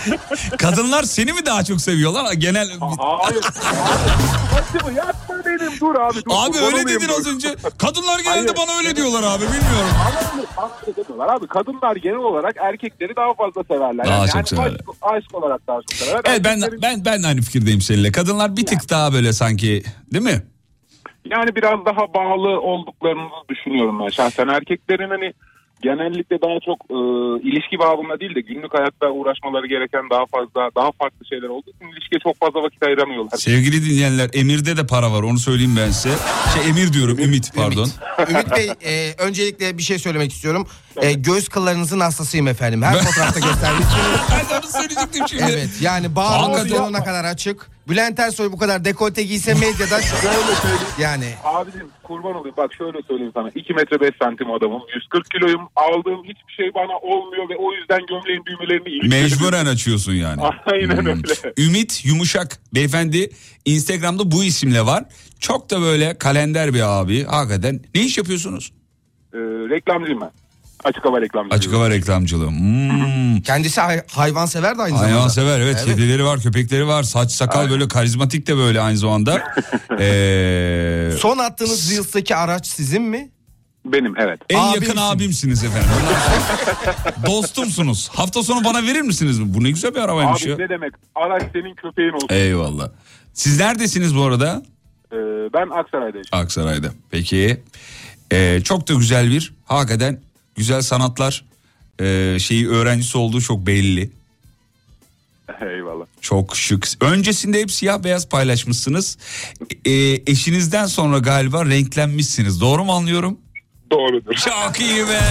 Kadınlar seni mi daha çok seviyorlar? Genel... Hayır. Saçımı yapma benim, dur abi. Dur, Abi dur, öyle dur, dedin dur. az önce. Kadınlar genelde Hayır. bana öyle diyorlar abi, bilmiyorum. Ama abi kadınlar genel olarak erkekleri daha fazla severler. Daha yani çok severler. Aşk, aşk olarak daha çok severler. Evet, ben Erkeklerin- ben ben de aynı fikirdeyim seninle. Kadınlar bir tık daha böyle sanki, değil mi? Yani biraz daha bağlı olduklarını düşünüyorum ben şahsen. Erkeklerin hani genellikle daha çok e, ilişki babında değil de günlük hayatta uğraşmaları gereken daha fazla, daha farklı şeyler olduğu için ilişkiye çok fazla vakit ayıramıyorlar. Sevgili dinleyenler, Emir'de de para var, onu söyleyeyim ben size. Şey Emir diyorum, Ümit pardon. Ümit Bey, e, öncelikle bir şey söylemek istiyorum. E, göz kıllarınızın hastasıyım efendim. Her fotoğrafta göstermişsiniz. Ben de onu söyleyecektim şimdi. Evet, yani bağrımın Hakikaten. sonuna kadar açık. Bülent Ersoy bu kadar dekolte giyse medyada Şöyle söyleyeyim. yani. Abicim kurban olayım, bak şöyle söyleyeyim sana. iki metre beş santim adamım. yüz kırk kiloyum. Aldığım hiçbir şey bana olmuyor ve o yüzden gömleğin düğmelerini ilikledim. Mecburen açıyorsun yani. Aynen Hmm. öyle. Ümit Yumuşak beyefendi Instagram'da bu isimle var. Çok da böyle kalender bir abi. Hakikaten. Ne iş yapıyorsunuz? Ee, reklamcıyım ben. Açık hava reklamcıyım. Açık hava reklamcılığı. Hmm. Kendisi hay- hayvan sever de aynı zamanda. Hayvan sever, evet. Evet. Kedileri var, köpekleri var. Saç sakal Aynen. böyle karizmatik de böyle aynı zamanda. ee, Son attığınız Reels'taki araç sizin mi? Benim, evet. en Abimsin. yakın abimsiniz efendim. Dostumsunuz. Hafta sonu bana verir misiniz? Bu ne güzel bir arabaymış Abi ya. ne demek? Araç senin, köpeğin olsun. Eyvallah. Siz neredesiniz bu arada? Ee, ben Aksaray'da yaşıyorum. Aksaray'da. Peki. Ee, çok da güzel bir, hakikaten güzel sanatlar e, şeyi öğrencisi olduğu çok belli. Eyvallah. Çok şık. Öncesinde hep siyah beyaz paylaşmışsınız. Ee, eşinizden sonra galiba renklenmişsiniz. Doğru mu anlıyorum? Doğrudur. Çok iyi be.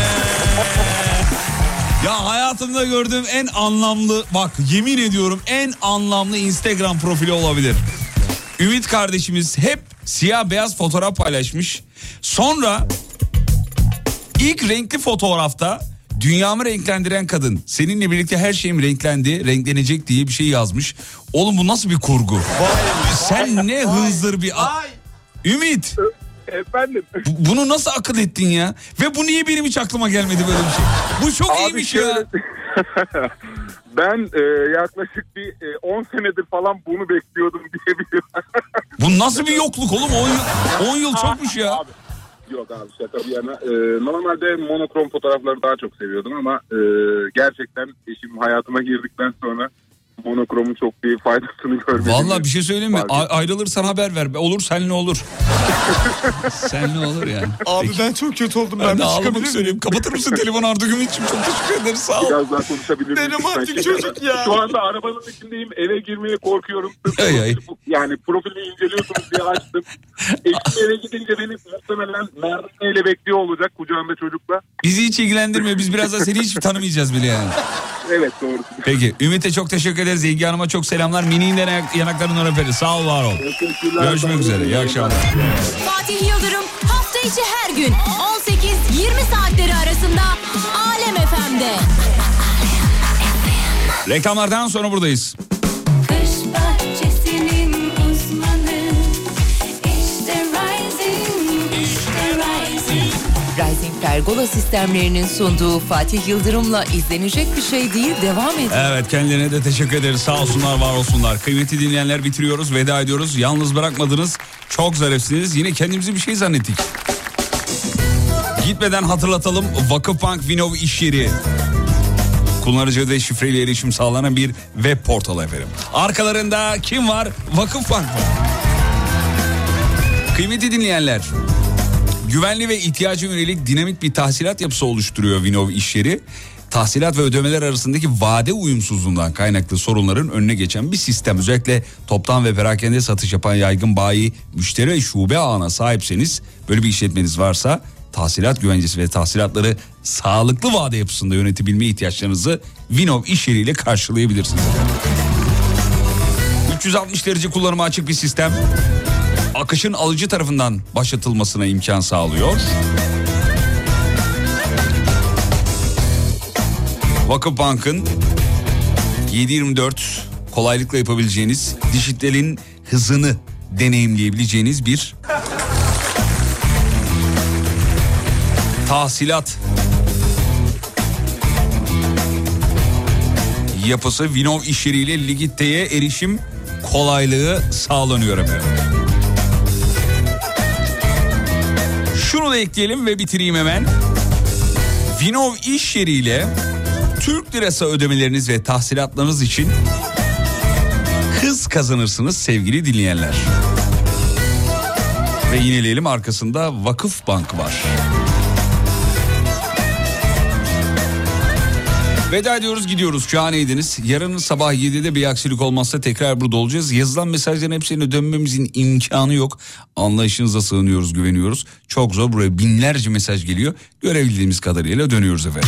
Ya hayatımda gördüğüm en anlamlı, bak yemin ediyorum en anlamlı Instagram profili olabilir. Ümit kardeşimiz hep siyah beyaz fotoğraf paylaşmış. Sonra ilk renkli fotoğrafta dünyamı renklendiren kadın, seninle birlikte her şeyim renklendi, renklenecek diye bir şey yazmış. Oğlum bu nasıl bir kurgu? Sen ne hınzır bir... a- Ümit, Efendim. bu- bunu nasıl akıl ettin ya? Ve bu niye benim hiç aklıma gelmedi böyle bir şey? Bu çok Abi iyiymiş ya. şöyle- Ben e, yaklaşık bir e, on senedir falan bunu bekliyordum diyebilirim. Bu nasıl bir yokluk oğlum? on yıl, on yıl çokmuş ya. Abi, yok abi şaka bir yana. E, normalde monokrom fotoğrafları daha çok seviyordum ama e, gerçekten eşim hayatıma girdikten sonra monokromun çok bir faydasını görmedim. Vallahi bir şey söyleyeyim mi? Fark A- ayrılırsan haber ver. Olur senle olur. senle olur yani. Abi Peki. ben çok kötü oldum. Ben Ben de bir ağlamak çıkabilir miyim? söyleyeyim. Kapatır mısın telefonu Arda Gümit'ciğim? Çok teşekkür ederiz, sağ ol. Biraz daha konuşabilir miyim? Benim artık çocuk ya. Şu anda arabanın içindeyim. Eve girmeye korkuyorum. Sırf Ay, ay. profil- Yani profilini inceliyorsunuz diye açtım. Eşim eve gidince beni muhtemelen merdivenle bekliyor olacak kucağında çocukla. Bizi hiç ilgilendirmiyor. Biz biraz da seni hiç tanımayacağız bile yani. Evet doğru. Peki Ümit'e çok teşekkür ederiz. İlgi Hanım'a çok selamlar. Mini'nin de yanak- yanaklarından öperiz. Sağ ol, var ol. Teşekkürler. Görüşmek üzere. İyi akşamlar. Fatih Yıldırım hafta içi her gün on sekiz yirmi saatleri arasında Alem F M'de. Reklamlardan sonra buradayız. Kış bahçesinin uzmanı işte Rising, işte Rising. Rising Pergola sistemlerinin sunduğu Fatih Yıldırım'la izlenecek bir şey değil, devam ediyor. Evet, kendilerine de teşekkür ederiz. Sağ olsunlar, var olsunlar. Kıymetli dinleyenler, bitiriyoruz. Veda ediyoruz. Yalnız bırakmadınız. Çok zarifsiniz. Yine kendimizi bir şey zannettik. Gitmeden hatırlatalım. Vakıfbank Vinov iş yeri. Kullanıcı ve şifreyle erişim sağlanan bir web portalı efendim. Arkalarında kim var? Vakıfbank var. Kıymetli dinleyenler, güvenli ve ihtiyaca yönelik dinamik bir tahsilat yapısı oluşturuyor Vinov iş yeri. Tahsilat ve ödemeler arasındaki vade uyumsuzluğundan kaynaklı sorunların önüne geçen bir sistem. Özellikle toptan ve perakende satış yapan yaygın bayi, müşteri ve şube ağına sahipseniz, böyle bir işletmeniz varsa tahsilat güvencesi ve tahsilatları sağlıklı vade yapısında yönetebilme ihtiyaçlarınızı Vinov iş yeriyle karşılayabilirsiniz. üç yüz altmış derece kullanıma açık bir sistem. Akışın alıcı tarafından başlatılmasına imkan sağlıyor. Vakıfbank'ın yedi yirmi dört kolaylıkla yapabileceğiniz, dijitalin hızını deneyimleyebileceğiniz bir tahsilat yapısı Vinov iş yeriyle Ligitte'ye erişim kolaylığı sağlanıyor efendim. Şunu da ekleyelim ve bitireyim hemen. Vinov iş yeriyle Türk lirası ödemeleriniz ve tahsilatlarınız için hız kazanırsınız sevgili dinleyenler. Ve yineleyelim, arkasında Vakıfbank var. Veda ediyoruz, gidiyoruz. Şahaneydiniz. Yarın sabah yedide bir aksilik olmazsa tekrar burada olacağız. Yazılan mesajların hepsini dönmemizin imkanı yok. Anlayışınıza sığınıyoruz, güveniyoruz. Çok zor, buraya binlerce mesaj geliyor. Görebildiğimiz kadarıyla dönüyoruz efendim.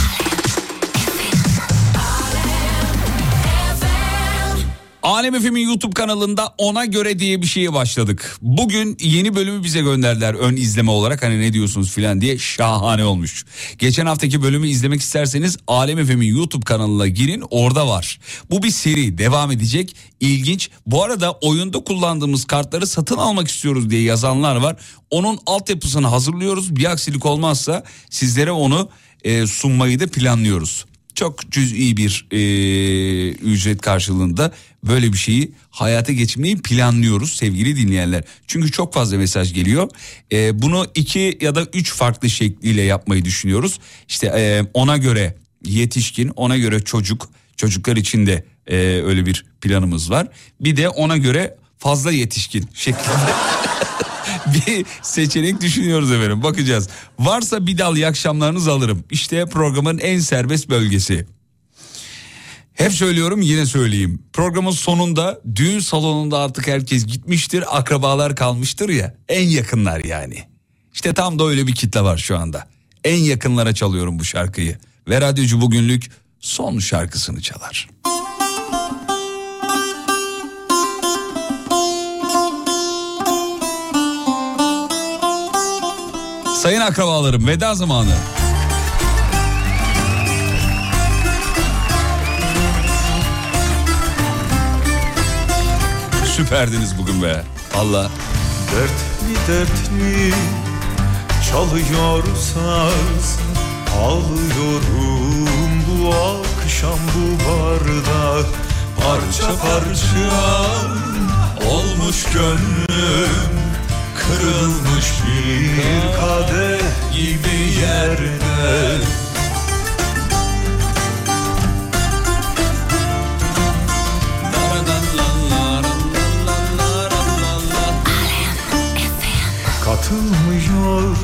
Alem F M'in YouTube kanalında Ona Göre diye bir şeye başladık. Bugün yeni bölümü bize gönderdiler ön izleme olarak, hani ne diyorsunuz filan diye. Şahane olmuş. Geçen haftaki bölümü izlemek isterseniz Alem F M'in YouTube kanalına girin, orada var. Bu bir seri, devam edecek, ilginç. Bu arada oyunda kullandığımız kartları satın almak istiyoruz diye yazanlar var. Onun altyapısını hazırlıyoruz. Bir aksilik olmazsa sizlere onu e, sunmayı da planlıyoruz. Çok cüz'i bir e, ücret karşılığında böyle bir şeyi hayata geçirmeyi planlıyoruz sevgili dinleyenler. Çünkü çok fazla mesaj geliyor. E, bunu iki ya da üç farklı şekliyle yapmayı düşünüyoruz. İşte e, ona göre yetişkin, ona göre çocuk, çocuklar için de e, öyle bir planımız var. Bir de ona göre fazla yetişkin şeklinde bir seçenek düşünüyoruz efendim, bakacağız. Varsa bir dal iyi akşamlarınızı alırım. İşte programın en serbest bölgesi. Hep söylüyorum, yine söyleyeyim. Programın sonunda düğün salonunda artık herkes gitmiştir, akrabalar kalmıştır ya, en yakınlar yani. İşte tam da öyle bir kitle var şu anda. En yakınlara çalıyorum bu şarkıyı. Ve radyocu bugünlük son şarkısını çalar. Sayın akrabalarım, veda zamanı. Süperdiniz bugün be. Allah. Dertli dertli çalıyor saz, ağlıyorum bu akşam bu barda. Parça parça olmuş gönlüm, kırılmış bir kadeh gibi yerde. Katılmıyor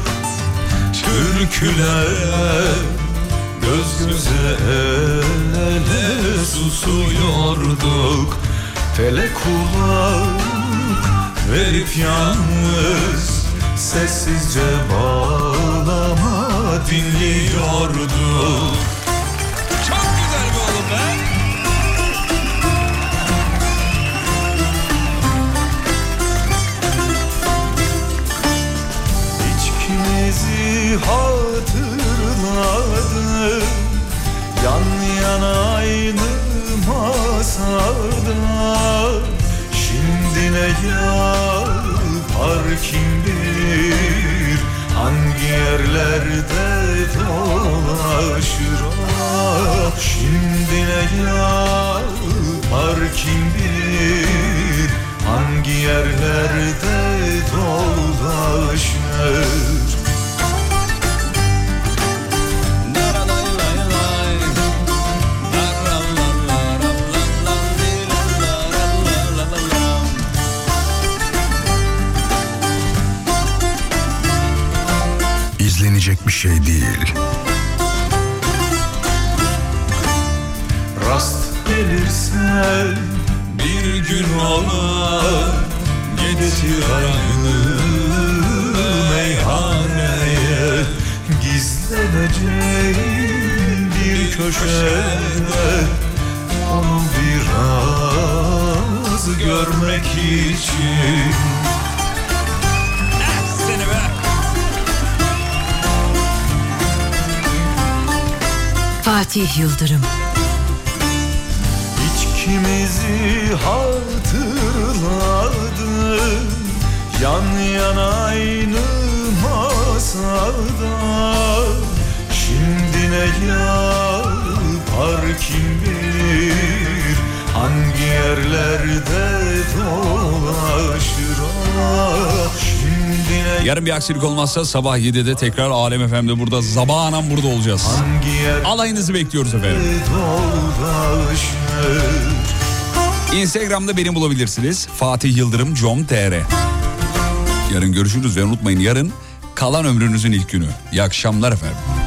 türküler, göz göze el ele susuyorduk. Tele kulak verip yalnız sessizce bağlama dinliyorduk. Çok güzel bir oğlum be. İçkimizi hatırladım, yan yana aynı masada. Şimdi ne yapar kim bilir, hangi yerlerde dolaşır. Ah, şimdi ne yapar kim bilir, hangi yerlerde dolaşır. İzlenecek bir şey değil. Rast gelirse bir gün ona, getir aynı meyhaneye. Gizleneceğim bir köşede, onu biraz görmek için. Seni be. Fatih Yıldırım. İçkimizi hatırladım, yan yana aynı masada. Şimdi ne yapar bahar kim bilir hangi yerlerde dolaşır. Ah, şimdi ne Yarın bir aksilik olmazsa sabah yedide tekrar Alem F M'de burada zabanan burada olacağız. Alayınızı bekliyoruz efendim. Instagram'da beni bulabilirsiniz. Fatih Yıldırım com nokta tr. Yarın görüşürüz ve unutmayın yarın kalan ömrünüzün ilk günü. İyi akşamlar efendim.